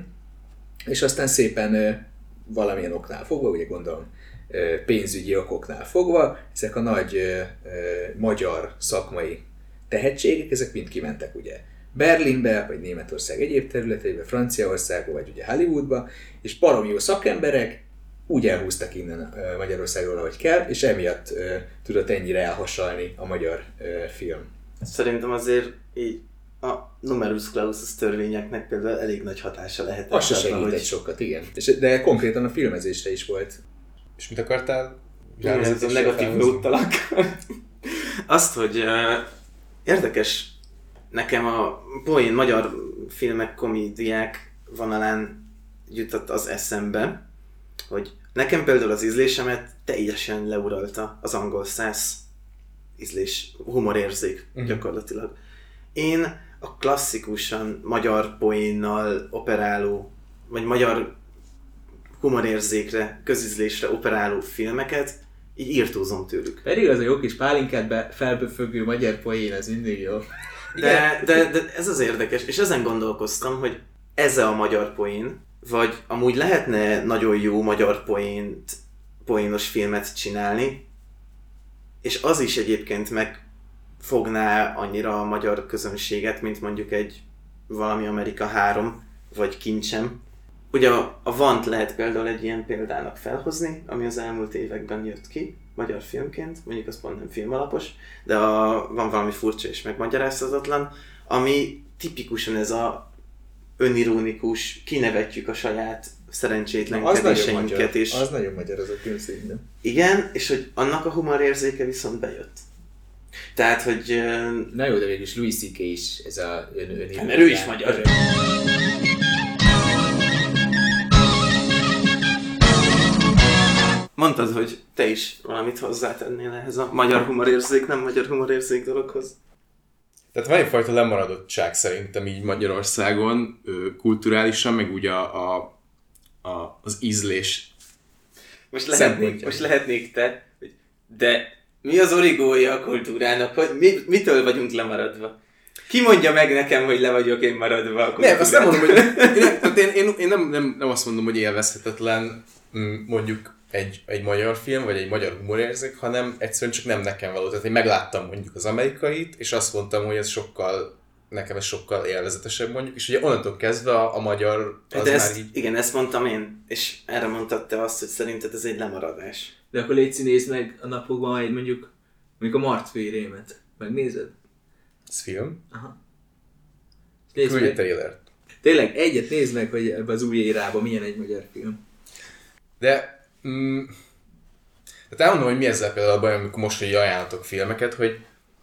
és aztán szépen ö, valamilyen oknál fogva, ugye gondolom ö, pénzügyi okoknál fogva, ezek a nagy ö, ö, magyar szakmai tehetségek, ezek mind kimentek ugye Berlinbe, vagy Németország egyéb területeibe, Franciaországba, vagy ugye Hollywoodba, és baromi jó szakemberek úgy elhúztak innen ö, Magyarországról, ahogy kell, és emiatt ö, tudott ennyire elhasalni a magyar ö, film. Szerintem azért így a numerus clausus törvényeknek például elég nagy hatása lehet. Az se abban, segített hogy- sokat, igen. És, de konkrétan a filmezésre is volt. És mit akartál? Igen, ez a Zsánvezetésre negatív felhozni? nóttalak. Azt, hogy uh, érdekes nekem a poén magyar filmek, komédiák vonalán jutott az eszembe, hogy nekem például az ízlésemet teljesen leuralta az angol száz ízlés, humorérzék Mhm. gyakorlatilag. Én a klasszikusan magyar poénnal operáló, vagy magyar humorérzékre, közízlésre operáló filmeket így írtózom tőlük. Pedig az a jó kis pálinkát felböfögő magyar poén, ez mindig jó. De, de, de ez az érdekes, és ezen gondolkoztam, hogy ez a magyar poén, vagy amúgy lehetne nagyon jó magyar poént, poénos filmet csinálni, és az is egyébként megfogná annyira a magyar közönséget, mint mondjuk egy valami Amerika három, vagy Kincsem. Ugye a, a Vant lehet például egy ilyen példának felhozni, ami az elmúlt években jött ki, magyar filmként, mondjuk az pont nem filmalapos, de a, van valami furcsa és megmagyarázhatatlan, ami tipikusan ez a önironikus, kinevetjük a saját szerencsétlenkedéseinket. És az nagyon magyar az a film szerintem. igen, és hogy annak a humorérzéke viszont bejött. Tehát, hogy... Na jó, de végülis Louis cé ká is ez a ön, önironikus. Mert ő is magyar. Mondtad, hogy te is valamit hozzátennél ehhez a magyar humorérzék, nem magyar humorérzék dologhoz. Tehát van egyfajta lemaradottság szerintem így Magyarországon, kulturálisan, meg úgy a, a, a, az ízlés. Most lehetnék, most lehetnék te, hogy de mi az origója a kultúrának, hogy mi, mitől vagyunk lemaradva? Ki mondja meg nekem, hogy le vagyok én maradva a kultúrát? Nem, azt nem mondom, hogy én, én, én, én nem, nem, nem azt mondom, hogy élvezhetetlen mondjuk egy, egy magyar film, vagy egy magyar humorérzék, hanem egyszerűen csak nem nekem való. Tehát én megláttam mondjuk az amerikait, és azt mondtam, hogy ez sokkal, nekem ez sokkal élvezetesebb mondjuk, és ugye onnantól kezdve a, a magyar az de már ezt, így... igen, ezt mondtam én, és erre mondtad te azt, hogy szerinted ez egy lemaradás. De akkor légy nézd meg a napokban majd mondjuk, mondjuk a Martfői Rémet. Megnézed? Ez film? Aha. Küldj egy trailert. Tényleg egyet nézd meg, hogy ebben az új érában milyen egy magyar film. De... Mm, tehát elmondom, hogy mi ezzel például a baj, amikor most így ajánlatok filmeket, hogy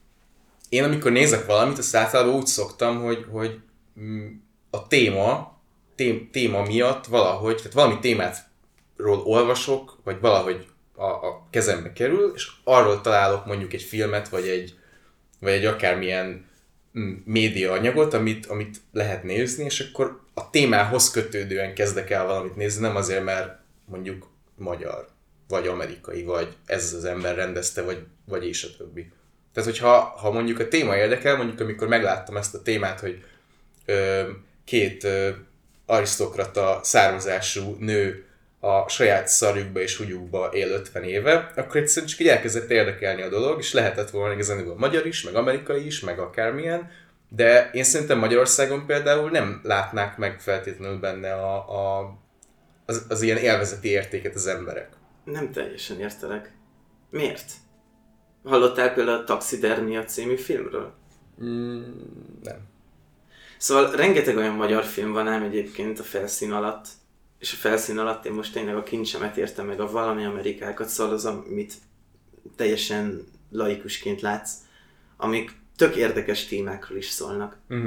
én amikor nézek valamit, azt általában úgy szoktam, hogy, hogy mm, a téma, tém, téma miatt valahogy, tehát valami témátról olvasok, vagy valahogy a, a kezembe kerül, és arról találok mondjuk egy filmet, vagy egy, vagy egy akármilyen mm, média anyagot, amit, amit lehet nézni, és akkor a témához kötődően kezdek el valamit nézni, nem azért, mert mondjuk magyar, vagy amerikai, vagy ez az ember rendezte, vagy, vagy és a többi. Tehát, hogyha ha mondjuk a téma érdekel, mondjuk amikor megláttam ezt a témát, hogy ö, két ö, arisztokrata származású nő a saját szarjukba és húgyukba él ötven éve, akkor egyszerűen csak így elkezdett érdekelni a dolog, és lehetett volna igazán magyar is, meg amerikai is, meg akármilyen, de én szerintem Magyarországon például nem látnák meg feltétlenül benne a, a Az, az ilyen élvezeti értéket az emberek. Nem teljesen értelek. Miért? Hallottál például a Taxidermia című filmről? Mm, nem. Szóval rengeteg olyan magyar film van ám egyébként a felszín alatt, és a felszín alatt én most tényleg a Kincsemet értem meg, a Valami Amerikákat, szóval az, amit teljesen laikusként látsz, amik tök érdekes témákról is szólnak. Mm-hmm.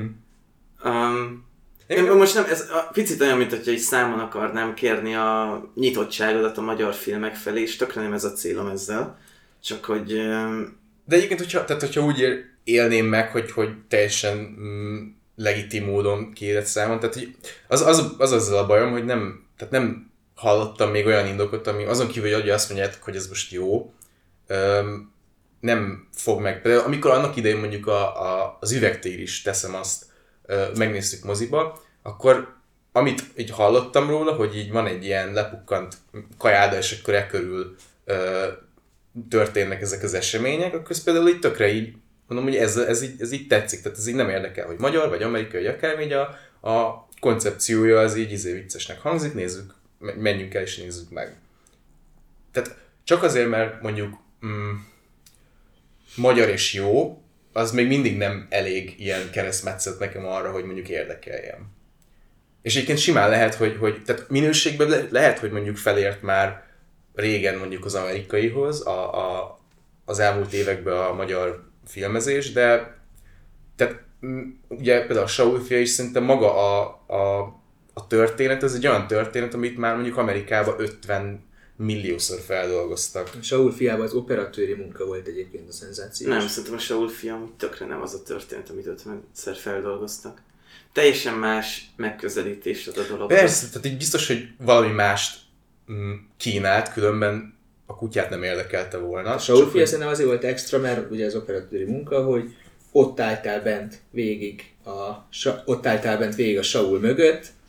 Um, Én most nem, ez a picit olyan, mint hogyha egy számon akarnám kérni a nyitottságodat a magyar filmek felé, és tökre nem ez a célom ezzel, csak hogy... De egyébként, hogyha, tehát, hogyha úgy él, élném meg, hogy, hogy teljesen mm, legitim módon kiélet számon, tehát az, az, az azzal a bajom, hogy nem, tehát nem hallottam még olyan indokot, ami azon kívül, hogy azt mondjátok, hogy ez most jó, öm, nem fog meg. Például amikor annak idején mondjuk a, a, az Üvegtír is teszem azt, megnéztük moziba, akkor amit így hallottam róla, hogy így van egy ilyen lepukkant kajáda, és akkor e körül ö, történnek ezek az események, akkor ez például így tökre így, mondom, hogy ez, ez, így, ez így tetszik, tehát ez így nem érdekel, hogy magyar, vagy amerikai, vagy akármi, így a, a koncepciója az így izé viccesnek hangzik, nézzük, menjünk el és nézzük meg. Tehát csak azért, mert mondjuk mm, magyar és jó, az még mindig nem elég ilyen keresztmetszet nekem arra, hogy mondjuk érdekeljem. És egyébként simán lehet, hogy, hogy tehát minőségben le, lehet, hogy mondjuk felért már régen mondjuk az amerikaihoz, a, a, az elmúlt években a magyar filmezés, de tehát ugye például a Saul fia is szerintem maga a, a, a történet, ez egy olyan történet, amit már mondjuk Amerikában ötven milliószor feldolgoztak. A Saul fiában az operatőri munka volt egyébként a szenzáció. Nem, szerintem a Saul fia tökre nem az a történet, amit ötvenszer feldolgoztak. Teljesen más megközelítés az a dolog. Persze, tehát így biztos, hogy valami mást mm, kínált, különben a kutyát nem érdekelte volna. A Saul fia szerintem azért volt extra, mert ugye az operatőri munka, hogy ott álltál bent végig a, ott álltál bent végig a Saul mögött,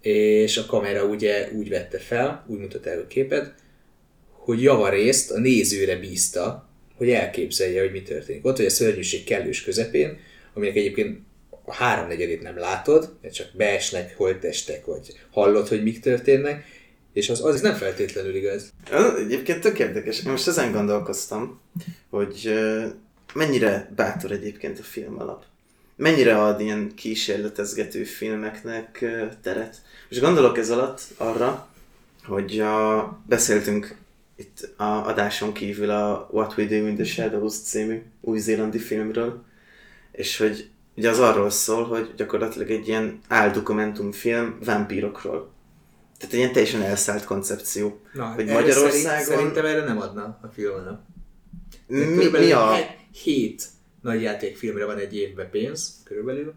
és a kamera ugye úgy vette fel, úgy mutatta el a képet, hogy javarészt a nézőre bízta, hogy elképzelje, hogy mi történik. Ott, hogy a szörnyűség kellős közepén, aminek egyébként a háromnegyedét nem látod, mert csak beesnek holttestek, vagy hallod, hogy mik történnek, és az, az nem feltétlenül igaz. Egyébként tök érdekes. Én most ezen gondolkoztam, hogy mennyire bátor egyébként a film alap. Mennyire ad ilyen kísérletezgető filmeknek teret. Most gondolok ez alatt arra, hogy a, beszéltünk itt a adáson kívül a What We Do in the Shadows című új-zélandi filmről, és hogy ugye az arról szól, hogy gyakorlatilag egy ilyen áldokumentumfilm vámpírokról. Tehát egy ilyen teljesen elszállt koncepció. Na, hogy Magyarországon... Szerint, szerintem erre nem adna a filmnek. Mi, mi a... Hét nagy játékfilmre van egy évben pénz, körülbelül.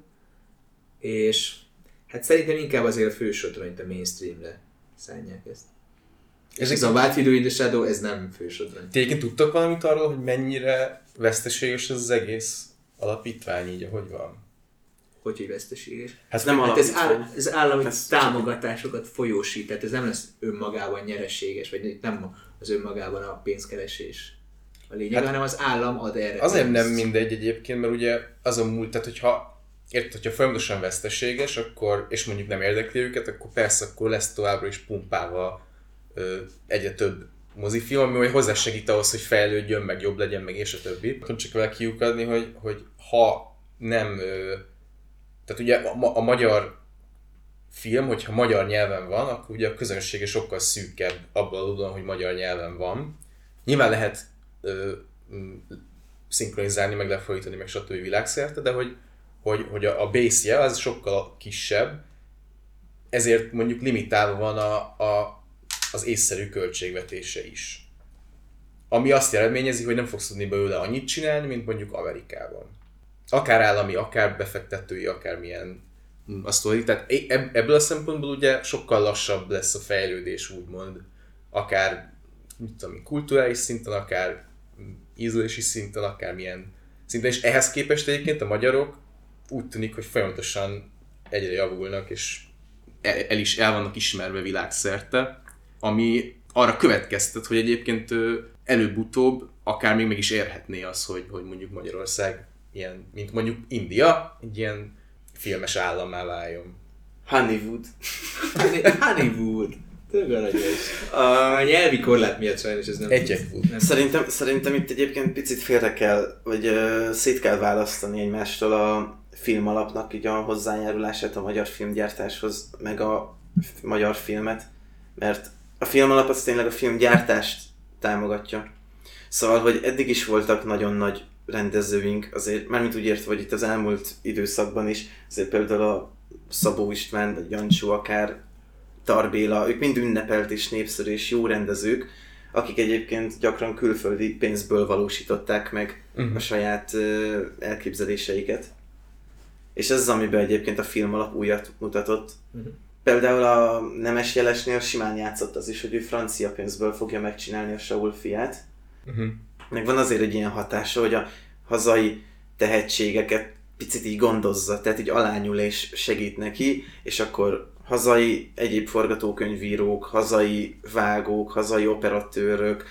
És hát szerintem inkább azért a fősodra, mint a mainstreamre szánják ezt. És ez a What We Do in the Shadow, ez nem fősodrány. Ti egyébként tudtok valamit arról, hogy mennyire veszteséges ez az egész alapítvány így, ahogy van? Hogy hogy veszteséges? Hát nem hát ez, áll, ez állami ez támogatásokat folyósít, tehát ez nem lesz önmagában nyereséges, vagy nem az önmagában a pénzkeresés a lényeg, hát, hanem az állam ad erre. Azért nem mindegy egyébként, mert ugye az a múlt, tehát hogyha érted, hogyha folyamatosan veszteséges, akkor, és mondjuk nem érdekli őket, akkor persze akkor lesz továbbra is pumpálva ö, egyre több mozifilm, ami majd hozzásegít ahhoz, hogy fejlődjön, meg jobb legyen, meg és a többi. Csak vele kiukadni, hogy, hogy ha nem... Ö, tehát ugye a, a magyar film, hogyha magyar nyelven van, akkor ugye a közönsége sokkal szűkebb abban adódóan, hogy magyar nyelven van. Nyilván lehet ö, szinkronizálni, meg lefordítani, meg stb. Világszerte, de hogy, hogy, hogy a, a base-je az sokkal kisebb, ezért mondjuk limitálva van a, a, az észszerű költségvetése is. Ami azt eredményezi, hogy nem fogsz tudni belőle annyit csinálni, mint mondjuk Amerikában. Akár állami, akár befektetői, akármilyen a sztori. Tehát ebből a szempontból ugye sokkal lassabb lesz a fejlődés, úgymond. Akár mit tudom, kulturális szinten, akár ízlési szinten, akármilyen szinten. És ehhez képest egyébként a magyarok úgy tűnik, hogy folyamatosan egyre javulnak, és el, el is el vannak ismerve világszerte, ami arra következtet, hogy egyébként előbb-utóbb akár még meg is érhetné az, hogy, hogy mondjuk Magyarország ilyen, mint mondjuk India, egy ilyen filmes állammá váljon. Hollywood. Hollywood. Tök aranyos. A nyelvi korlát miatt sajnos ez nem... Egyekwood. Szerintem, szerintem itt egyébként picit félre kell, vagy uh, szét kell választani egymástól a film alapnak így a hozzájárulását a magyar filmgyártáshoz, meg a f- magyar filmet, mert a film alap az tényleg a filmgyártást támogatja. Szóval, hogy eddig is voltak nagyon nagy rendezőink, azért, mármint úgy értve, hogy itt az elmúlt időszakban is, azért például a Szabó István, vagy Jancsó, akár Tarbéla, ők mind ünnepelt és népszerű és jó rendezők, akik egyébként gyakran külföldi pénzből valósították meg uh-huh. a saját uh, elképzeléseiket. És ez az, amiben egyébként a film alap újat mutatott. Uh-huh. Például a Nemes Jelesnél simán játszott az is, hogy ő francia pénzből fogja megcsinálni a Saul fiát. Uh-huh. Meg van azért egy ilyen hatása, hogy a hazai tehetségeket picit így gondozza, tehát így alányul és segít neki, és akkor hazai egyéb forgatókönyvírók, hazai vágók, hazai operatőrök,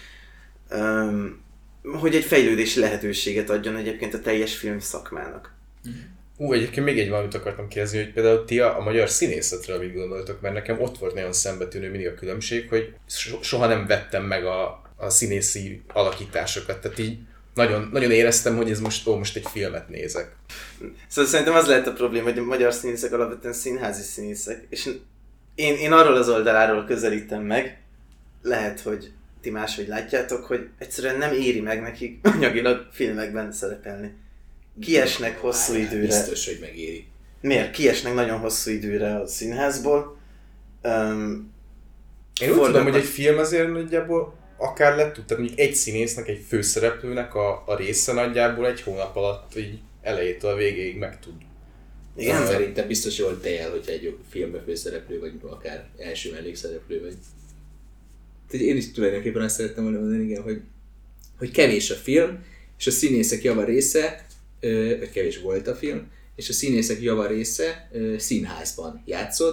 um, hogy egy fejlődési lehetőséget adjon egyébként a teljes film szakmának. Ú, egyébként még egy valamit akartam kérdezni, hogy például ti a, a magyar színészetről mit gondoltok, mert nekem ott volt nagyon szembetűnő mindig a különbség, hogy so, soha nem vettem meg a, a színészi alakításokat, tehát így nagyon, nagyon éreztem, hogy ez most, ó, most egy filmet nézek. Szóval szerintem az lehet a probléma, hogy a magyar színészek alapvetően színházi színészek, és én, én arról az oldaláról közelítem meg, lehet, hogy ti máshogy látjátok, hogy egyszerűen nem éri meg nekik anyagilag filmekben szerepelni. Kiesnek hosszú időre. Biztos, hogy megéri. Miért? Kiesnek nagyon hosszú időre a színházból. Um, Én úgy tudom, hogy egy film azért nagyjából akár lett tud, tehát mondjuk egy színésznek, egy főszereplőnek a, a része nagyjából egy hónap alatt így elejétől a végéig meg tud. Igen, uh, szerintem biztos jól tejel, hogyha egy filmben főszereplő vagy, akár első mellékszereplő vagy. Tehát én is tulajdonképpen azt szerettem volna mondani, igen, hogy, hogy kevés a film, és a színészek java része, vagy kevés volt a film, és a színészek java része színházban játszott,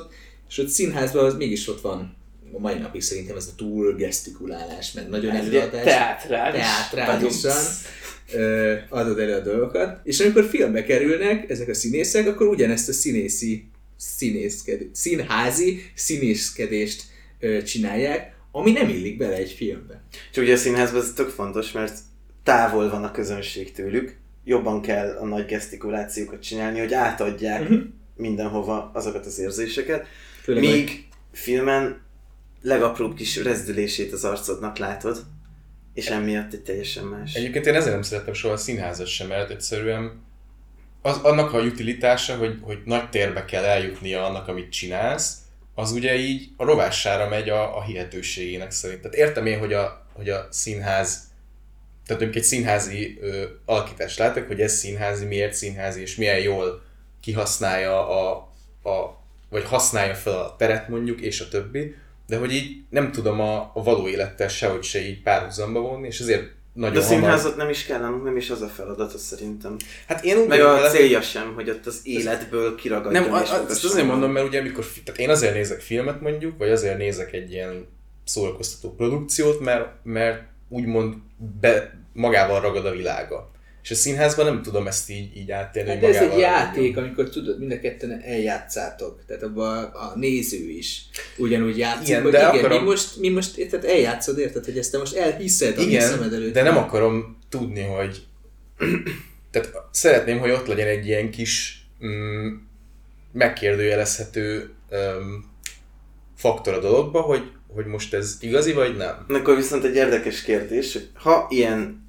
És ott színházban az mégis ott van, a mai napig szerintem ez a túl gesztikulálás, meg nagyon Ez előadás. teátrális. Teátrálisan ö, adod elő a dolgokat. És amikor filmbe kerülnek ezek a színészek, akkor ugyanezt a színészi, színészkedést, színházi színészkedést ö, csinálják, ami nem illik bele egy filmbe. És ugye a színházban ez tök fontos, mert távol van a közönség tőlük, jobban kell a nagy gesztikulációkat csinálni, hogy átadják uh-huh. mindenhova azokat az érzéseket. Főleg míg meg... filmen legapróbb kis rezdülését az arcodnak látod, és emiatt egy teljesen más. Egyébként én ezért nem szerettem soha a színházat sem, mert egyszerűen az, annak a utilitása, hogy, hogy nagy térbe kell eljutnia annak, amit csinálsz, az ugye így a rovássára megy a, a hihetőségének szerint. Tehát értem én, hogy a, hogy a színház, tehát mondjuk egy színházi ö, alakítást látok, hogy ez színházi, miért színházi, és milyen jól kihasználja a, a vagy használja fel a teret mondjuk, és a többi, de hogy így nem tudom a, a való élettel sehogy se így párhuzamba vonni, és ezért nagyon de a színházat hamar... nem is kell, nem is az a feladata szerintem. Hát én úgy meg a vele, célja hogy... sem, hogy ott az életből kiragadjon. Nem, a, azt azért mondom, mert ugye amikor, tehát én azért nézek filmet mondjuk, vagy azért nézek egy ilyen szórakoztató produkciót, mert, mert úgymond be, magával ragad a világa. És a színházban nem tudom ezt így, így átélni, hát hogy ez egy játék, ragadjon. amikor tudod, mind a ketten eljátszátok. Tehát abban a néző is ugyanúgy játszik, igen, hogy de igen, akarom... mi most, mi most érted, eljátszod, érted, hogy ezt te most elhiszed a igen, szemed előtt. de nem akarom tudni, hogy... Tehát szeretném, hogy ott legyen egy ilyen kis mm, megkérdőjelezhető um, faktor a dologba, hogy, hogy most ez igazi vagy nem. Akkor viszont egy érdekes kérdés, hogy ha ilyen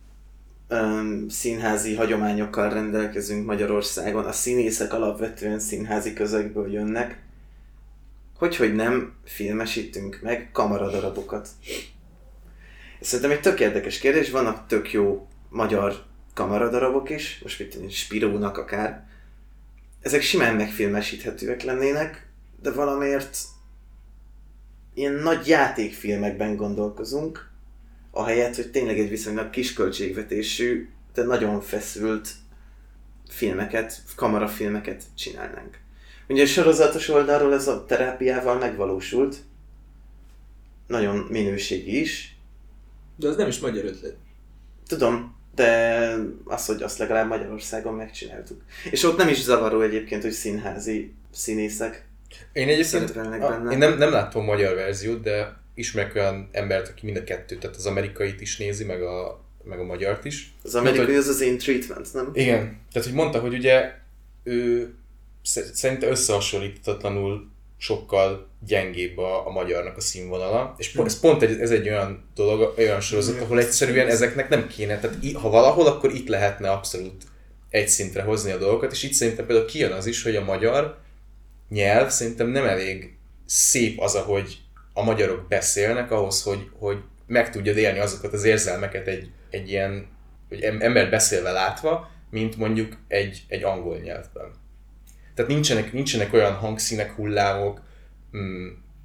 um, színházi hagyományokkal rendelkezünk Magyarországon, a színészek alapvetően színházi közegből jönnek, hogyhogy nem filmesítünk meg kamaradarabokat. Ez szerintem egy tök érdekes kérdés, vannak tök jó magyar kamaradarabok is, most mit tudom, Spirónak akár. Ezek simán megfilmesíthetőek lennének, de valamiért ilyen nagy játékfilmekben gondolkozunk, ahelyett, hogy tényleg egy viszonylag kis költségvetésű, de nagyon feszült filmeket, kamarafilmeket csinálnánk. Ugye a sorozatos oldalról ez a terápiával megvalósult, nagyon minőségi is. De az nem is magyar ötlet. Tudom, de az, hogy azt legalább Magyarországon megcsináltuk. És ott nem is zavaró egyébként, hogy színházi színészek én egyébként szerepelnek benne. Én nem, nem láttam magyar verziót, de ismerek olyan embert, aki mind a kettőt, tehát az amerikait is nézi, meg a, meg a magyart is. Az amerikai mondta, az az In Treatment, nem? Igen, tehát hogy mondta, hogy ugye ő szerintem összehasonlíthatatlanul sokkal gyengébb a, a magyarnak a színvonala, és pont, ez pont egy, ez egy olyan dolog, olyan sorozat, ahol egyszerűen ezeknek nem kéne, tehát ha valahol, akkor itt lehetne abszolút egy szintre hozni a dolgokat, és itt szerintem például kijön az is, hogy a magyar nyelv szerintem nem elég szép az, ahogy a magyarok beszélnek ahhoz, hogy, hogy meg tudjad élni azokat az érzelmeket egy, egy ilyen, hogy ember beszélve látva, mint mondjuk egy, egy angol nyelvben. Tehát nincsenek, nincsenek olyan hangszínek, hullámok, mm,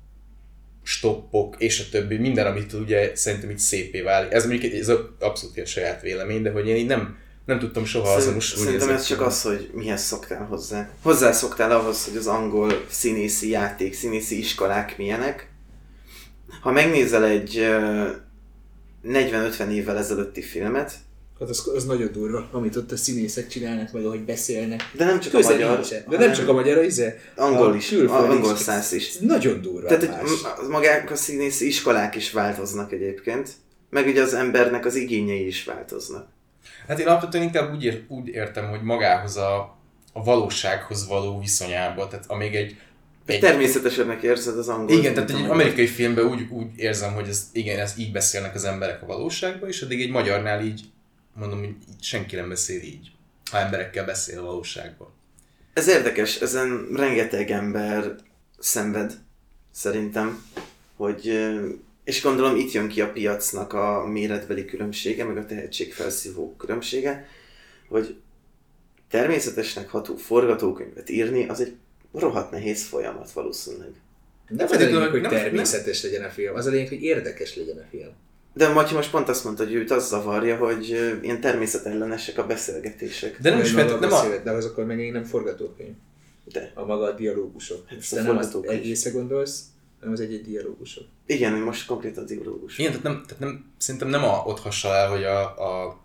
stoppok és a többi, minden, amit ugye szerintem így szépé válik. Ez mondjuk ez abszolút egy saját vélemény, de hogy én így nem, nem tudtam soha azonosulni. Szerintem ez csak az, hogy mihez szoktál hozzá. Hozzászoktál ahhoz, hogy az angol színészi játék, színészi iskolák milyenek. Ha megnézel egy negyven-ötven évvel ezelőtti filmet, hát az, az nagyon durva, amit ott a színészek csinálnak, meg ahogy beszélnek. de nem csak Köze a magyar, nincsen. De nem csak a magyar, izé, angol a is, külföldi angol is. száz is. Ez nagyon durva. Tehát más. hogy magák a színészi iskolák is változnak egyébként, meg ugye az embernek az igényei is változnak. Hát én alapvetően inkább úgy, ér, úgy értem, hogy magához a, a valósághoz való viszonyába, tehát amíg egy... egy természetesebbnek érzed az angol. Igen, tehát egy amerikai filmben úgy, úgy érzem, hogy ez, igen, ez így beszélnek az emberek a valóságban, és addig egy magyarnál így, mondom, hogy így senki nem beszél így, ha emberekkel beszél a valóságban. Ez érdekes, ezen rengeteg ember szenved, szerintem, hogy, és gondolom itt jön ki a piacnak a méretbeli különbsége, meg a tehetségfelszívó különbsége, hogy természetesnek ható forgatókönyvet írni, az egy rohadt nehéz folyamat valószínűleg. Nem az a lényeg, hogy természetes legyen a film, az a lényeg, hogy érdekes legyen a film. De Matyi most pont azt mondta, hogy őt az zavarja, hogy ilyen természetellenesek a beszélgetések. De nem is mert mert, nem a... De az akkor meg nem forgatókönyv. De. A maga a dialógusok. Hát De nem azt egészre gondolsz, hanem az egy-egy dialógusok. Igen, most konkrétan a dialógus. Igen, tehát, nem, tehát nem, szerintem nem a, ott hassal el, hogy a, a,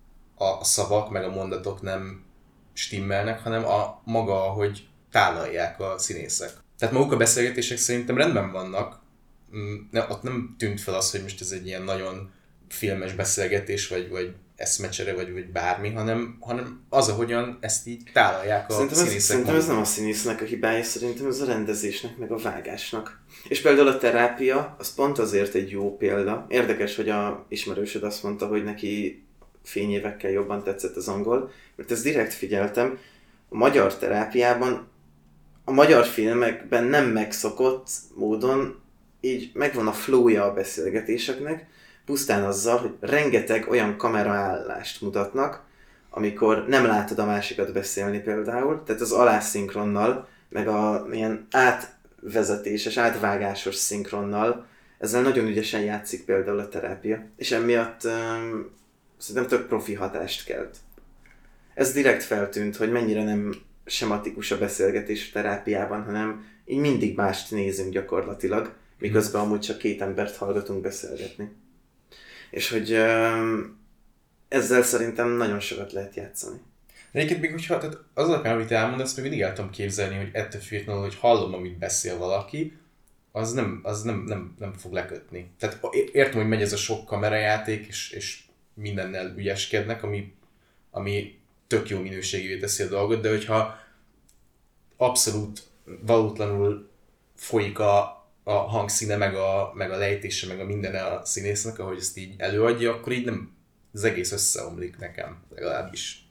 a szavak meg a mondatok nem stimmelnek, hanem a maga, hogy tálalják a színészek. Tehát maguk a beszélgetések szerintem rendben vannak. Ne, ott nem tűnt fel az, hogy most ez egy ilyen nagyon filmes beszélgetés, vagy, vagy eszmecsere, vagy, vagy bármi, hanem, hanem az, ahogyan ezt így tálalják a szerintem színészek. Ez, szerintem ez nem a színésznek a hibája, szerintem ez a rendezésnek, meg a vágásnak. És például a terápia, az pont azért egy jó példa. Érdekes, hogy a ismerősöd azt mondta, hogy neki fényévekkel jobban tetszett az angol, mert ezt direkt figyeltem. A magyar terápiában, a magyar filmekben nem megszokott módon így megvan a flowja a beszélgetéseknek, pusztán azzal, hogy rengeteg olyan kameraállást mutatnak, amikor nem látod a másikat beszélni például, tehát az alászinkronnal, meg a ilyen átvezetéses, átvágásos szinkronnal, ezzel nagyon ügyesen játszik például a terápia, és emiatt um, szerintem tök profi hatást kelt. Ez direkt feltűnt, hogy mennyire nem sematikus a beszélgetés a terápiában, hanem így mindig mást nézünk gyakorlatilag, miközben amúgy csak két embert hallgatunk beszélgetni. És hogy um, ezzel szerintem nagyon sokat lehet játszani. De egyébként még hogyha, tehát az alapján, amit elmondasz, még mindig el tudom képzelni, hogy ettől függetlenül, hogy hallom, amit beszél valaki, az nem, az nem, nem, nem fog lekötni. Tehát értem, hogy megy ez a sok kamerajáték, és, és mindennel ügyeskednek, ami, ami tök jó minőségűvé teszi a dolgot, de hogyha abszolút valótlanul folyik a a hangszíne, meg a, meg a lejtése, meg a mindene a színésznek, ahogy ezt így előadja, akkor így nem, az egész összeomlik nekem, legalábbis.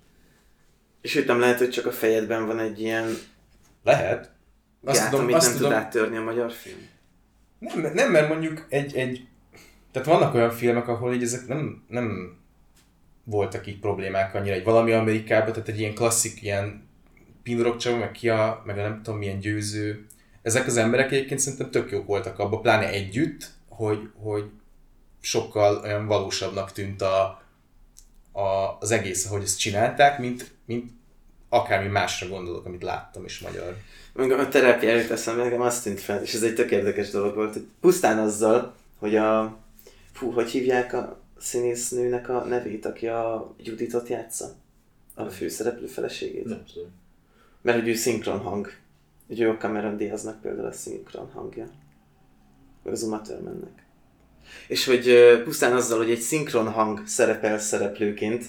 És itt nem lehet, hogy csak a fejedben van egy ilyen lehet. Azt gát, tudom, amit azt nem tudom, tud áttörni a magyar film? Nem, nem, mert mondjuk egy, egy... Tehát vannak olyan filmek, ahol így ezek nem, nem voltak így problémák annyira, egy valami Amerikában, tehát egy ilyen klasszik, ilyen Pinrock csava, meg ki a, meg a nem tudom milyen győző. Ezek az emberek egyébként szerintem tök jók voltak abban, pláne együtt, hogy, hogy sokkal olyan valósabbnak tűnt a, a, az egész, ahogy ezt csinálták, mint, mint akármi másra gondolok, amit láttam is magyar. A terápia előtt eszembe nekem azt tűnt fel, és ez egy tök érdekes dolog volt, hogy pusztán azzal, hogy a... Fú, hogy hívják a színésznőnek a nevét, aki a Juditot játsza? A főszereplő feleségét? Nem tudom. Mert hogy ő szinkron hang. Ugye a Cameron Diaznak például a szinkron hangja. Meg az Uma Thurmannek. És hogy pusztán azzal, hogy egy szinkron hang szerepel szereplőként,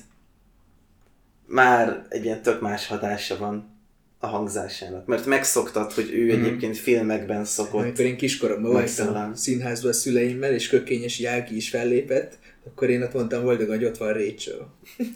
már egy ilyen tök más hatása van a hangzásának. Mert megszoktad, hogy ő mm. egyébként filmekben szokott. Amikor én kiskoromban voltam a színházban a szüleimmel, és Kökényes Jági is fellépett, akkor én ott mondtam boldogan, hogy ott van Rachel.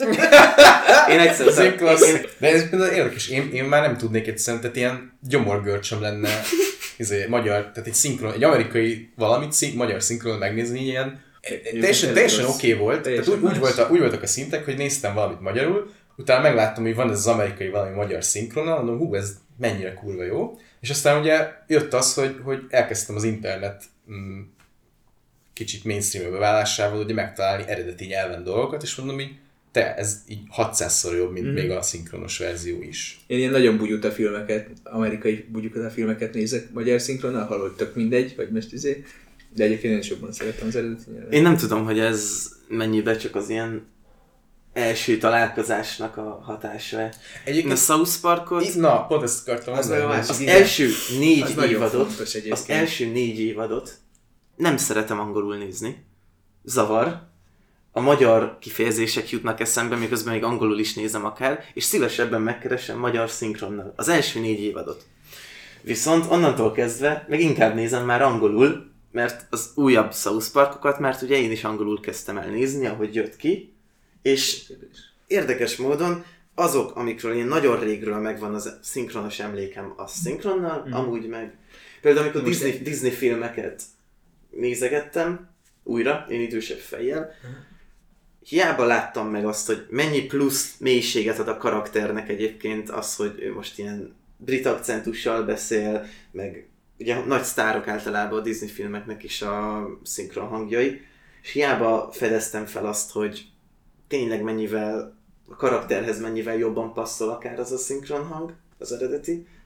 Én egyszer ez én klassz. De ez például érdekes, én, én már nem tudnék egyszerűen, tehát ilyen gyomorgörcsöm lenne izé, magyar, tehát egy szinkron, egy amerikai valamit, szink, magyar szinkron megnézni ilyen, teljesen, teljesen oké okay volt, teljesen tehát úgy, úgy, volt a, úgy voltak a szintek, hogy néztem valamit magyarul, utána megláttam, hogy van ez az amerikai valami magyar szinkronnal, mondom, hú, ez mennyire kurva jó, és aztán ugye jött az, hogy, hogy elkezdtem az internet mm, kicsit mainstream-be válásával ugye megtalálni eredeti nyelven dolgokat, és mondom így, te, ez így hatszázszor jobb, mint mm. még a szinkronos verzió is. Én ilyen nagyon bugyuta filmeket, amerikai bugyuta filmeket nézek magyar szinkronnal, hallod, tök mindegy, vagy most izé, de egyébként én is jobban szeretem az eredeti nyelven. Én nem tudom, hogy ez mennyibe csak az ilyen első találkozásnak a hatása. Egyébként a South Parkot... Itt, na, pont ezt akartam az, az, az első négy az évadot, az első négy évadot nem szeretem angolul nézni. Zavar. A magyar kifejezések jutnak eszembe, miközben még angolul is nézem akár, és szívesebben megkeresem magyar szinkronnal. Az első négy évadot. Viszont onnantól kezdve meg inkább nézem már angolul, mert az újabb South Parkokat, mert ugye én is angolul kezdtem el nézni, ahogy jött ki, és érdekes módon azok, amikről én nagyon régről megvan az szinkronos emlékem, az szinkronnal, mm. amúgy meg. Például amikor Disney, egy... Disney filmeket nézegettem újra, én idősebb fejjel, mm. hiába láttam meg azt, hogy mennyi plusz mélységet ad a karakternek egyébként az, hogy ő most ilyen brit akcentussal beszél, meg ugye nagy sztárok általában a Disney filmeknek is a szinkron hangjai, és hiába fedeztem fel azt, hogy tényleg mennyivel, a karakterhez mennyivel jobban passzol akár az a szinkron hang, az eredeti,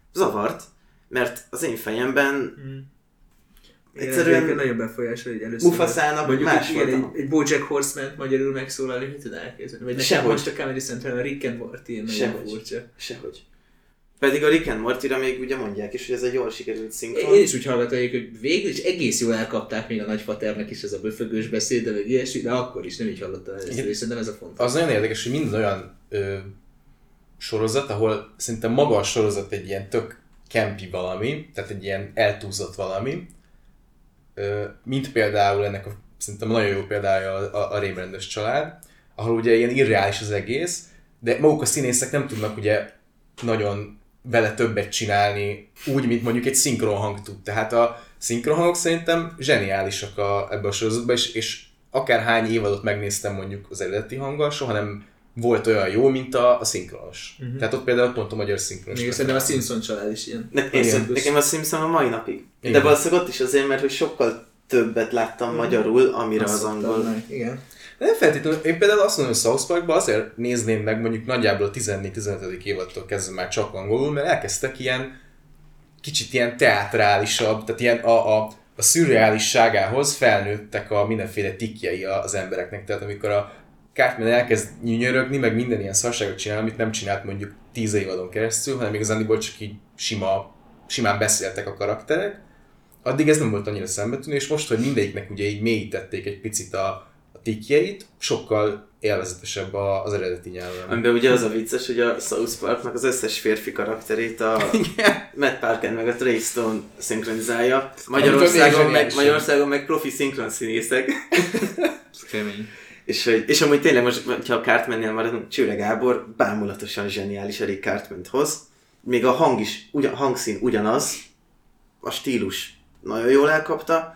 zavart, mert az én fejemben Mm. egyszerűen Én nagyon befolyásol, hogy először... Mufaszának mondjuk más igen, volt. egy, egy BoJack Horseman magyarul megszólalni, mit tud elképzelni? Vagy nekem Sehogy. most a Comedy Central a Rick and Morty nagyon Sehogy. furcsa. Sehogy. Pedig a Rick and Mortyra még ugye mondják is, hogy ez egy jól sikerült szinkron. Én is úgy hallgatom, hogy végül is egész jól elkapták még a nagyfaternek is ez a böfögős beszéd, de meg ilyesmi, de akkor is nem így hallottam először, és szerintem ez a fontos. Az nagyon érdekes, hogy minden olyan ö, sorozat, ahol szerintem maga a sorozat egy ilyen tök campy valami, tehát egy ilyen eltúlzott valami, ö, mint például ennek a, szerintem nagyon jó példája a, a, a Rémrendes család, ahol ugye ilyen irreális az egész, de maguk a színészek nem tudnak ugye nagyon vele többet csinálni, úgy, mint mondjuk egy szinkronhang tud. Tehát a szinkronhangok szerintem zseniálisak a, ebbe a sorozatban, és, és akárhány évadot megnéztem mondjuk az eredeti hanggal, soha nem volt olyan jó, mint a, a szinkronos. Uh-huh. Tehát ott például pont a magyar szinkronos. Még szerintem a Simpson család is ilyen. Nekem, Igen. nekem a Simpson a mai napig. Igen. De valószínűleg ott is azért, mert hogy sokkal többet láttam magyarul, amire Azt az szoktam angol. meg, igen. De nem feltétlenül, én például azt mondom, hogy South Parkban azért nézném meg mondjuk nagyjából a tizennégy-tizenötödik évadtól kezdve már csak angolul, mert elkezdtek ilyen kicsit ilyen teátrálisabb, tehát ilyen a, a, a szürreálisságához felnőttek a mindenféle tikjei az embereknek. Tehát amikor a Cartman elkezd nyűnyörögni, meg minden ilyen szarságot csinál, amit nem csinált mondjuk tíz évadon keresztül, hanem igazániból csak így sima, simán beszéltek a karakterek, addig ez nem volt annyira szembetűnő, és most, hogy mindegyiknek ugye így mélyítették egy picit a, a tikjeit, sokkal élvezetesebb a, az eredeti nyelven. Amiben ugye az a vicces, hogy a South Parknak az összes férfi karakterét a Matt Parker meg a Trey Stone szinkronizálja. Magyarországon meg, Magyarországon meg profi szinkronszínészek. Kemény. És, hogy, és amúgy tényleg most, ha a Cartmannél maradunk, Csőre Gábor bámulatosan zseniális, a Rick Cartmant hoz. Még a hang is, ugyan, hangszín ugyanaz, a stílus nagyon jól elkapta,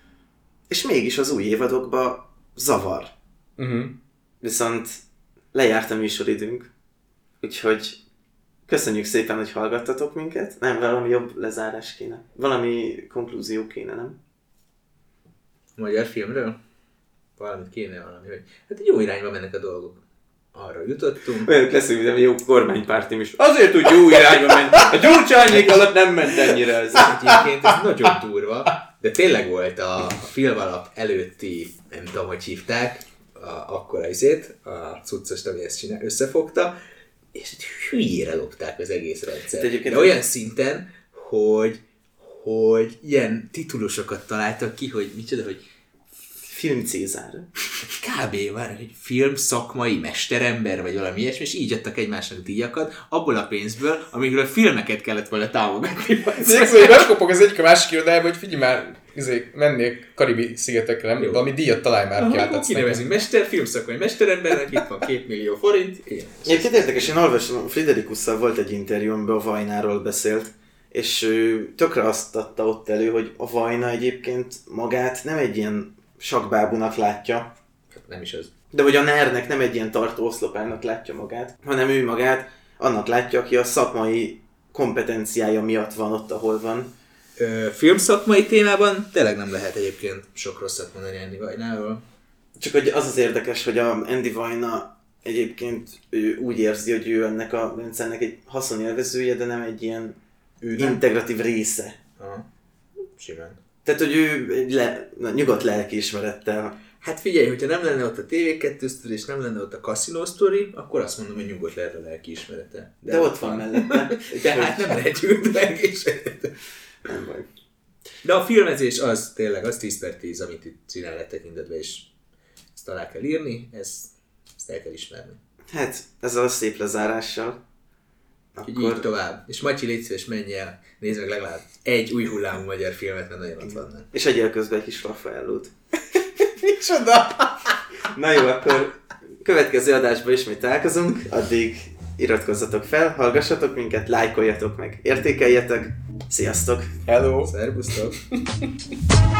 és mégis az új évadokban zavar. Uh-huh. Viszont lejárt a műsoridőnk, úgyhogy köszönjük szépen, hogy hallgattatok minket. Nem, valami jobb lezárás kéne. Valami konklúzió kéne, nem? Magyar filmről? Valamit kéne valami, hogy hát jó irányba mennek a dolgok. Arra jutottunk. Olyanok leszünk, mint a jó kormánypártim is. Azért, hogy jó irányba ment. A Gyurcsányék alatt nem ment ennyire ez. Egyébként ez nagyon durva, de tényleg volt a, a film alap előtti, nem tudom, hogy hívták, a, akkora izét, a cuccost, ami ezt csinál, összefogta, és egy hülyére lopták az egész rendszert. De olyan szinten, hogy, hogy ilyen titulusokat találtak ki, hogy micsoda, hogy Film Cézár. kb. Már, hogy film szakmai mesterember, vagy valami ilyesmi, és így adtak egymásnak díjakat, abból a pénzből, amikről filmeket kellett volna támogatni. Szóval én megkopok az egyik a másik irodájába, hogy figyelj már, izé, mennék Karibi szigetekre, nem? Valami díjat találj már ki, átadsz kinevezünk mester, filmszakmai mesterembernek, itt van két millió forint. Egyébként érdekes, én olvasom, Friderikusszal volt egy interjú, amiben a Vajnáról beszélt, és ő tökre azt adta ott elő, hogy a Vajna egyébként magát nem egy ilyen sakbábunak látja, Nem is az. de hogy a nernek nem egy ilyen tartó oszlopának látja magát, hanem ő magát annak látja, aki a szakmai kompetenciája miatt van ott, ahol van. Ö, filmszakmai témában tényleg nem lehet egyébként sok rosszat mondani Andy Vajnáról. Csak hogy az az érdekes, hogy a Andy Vajna egyébként ő úgy érzi, hogy ő ennek a rendszernek egy haszonélvezője, de nem egy ilyen Ő nem? integratív része. Aha. Simán. Tehát, hogy ő egy le, na, nyugodt lelkiismerettel. Hát figyelj, hogyha nem lenne ott a té vé kettő sztori, és nem lenne ott a Casino Story, akkor azt mondom, hogy nyugodt lehet a lelkiismerete. De, de ott van mellette. Tehát nem lehet nyugodt a lelkiismerete. Nem baj. De a filmezés az tényleg, az tíz per tíz, amit itt csinál le tekintetve, és ezt alá kell írni, ezt, ezt el kell ismerni. Hát, ezzel a szép lezárással. Akkor... Így tovább. És Matyi, légy szíves, menj el, nézd meg legalább egy új hullámú magyar filmet, mert nagyon ott vannak. És egyél közben egy kis Raffaellót. Micsoda! Na jó, akkor következő adásban ismét találkozunk, addig iratkozzatok fel, hallgassatok minket, lájkoljatok meg, értékeljetek. Sziasztok! Hello! Szervusztok!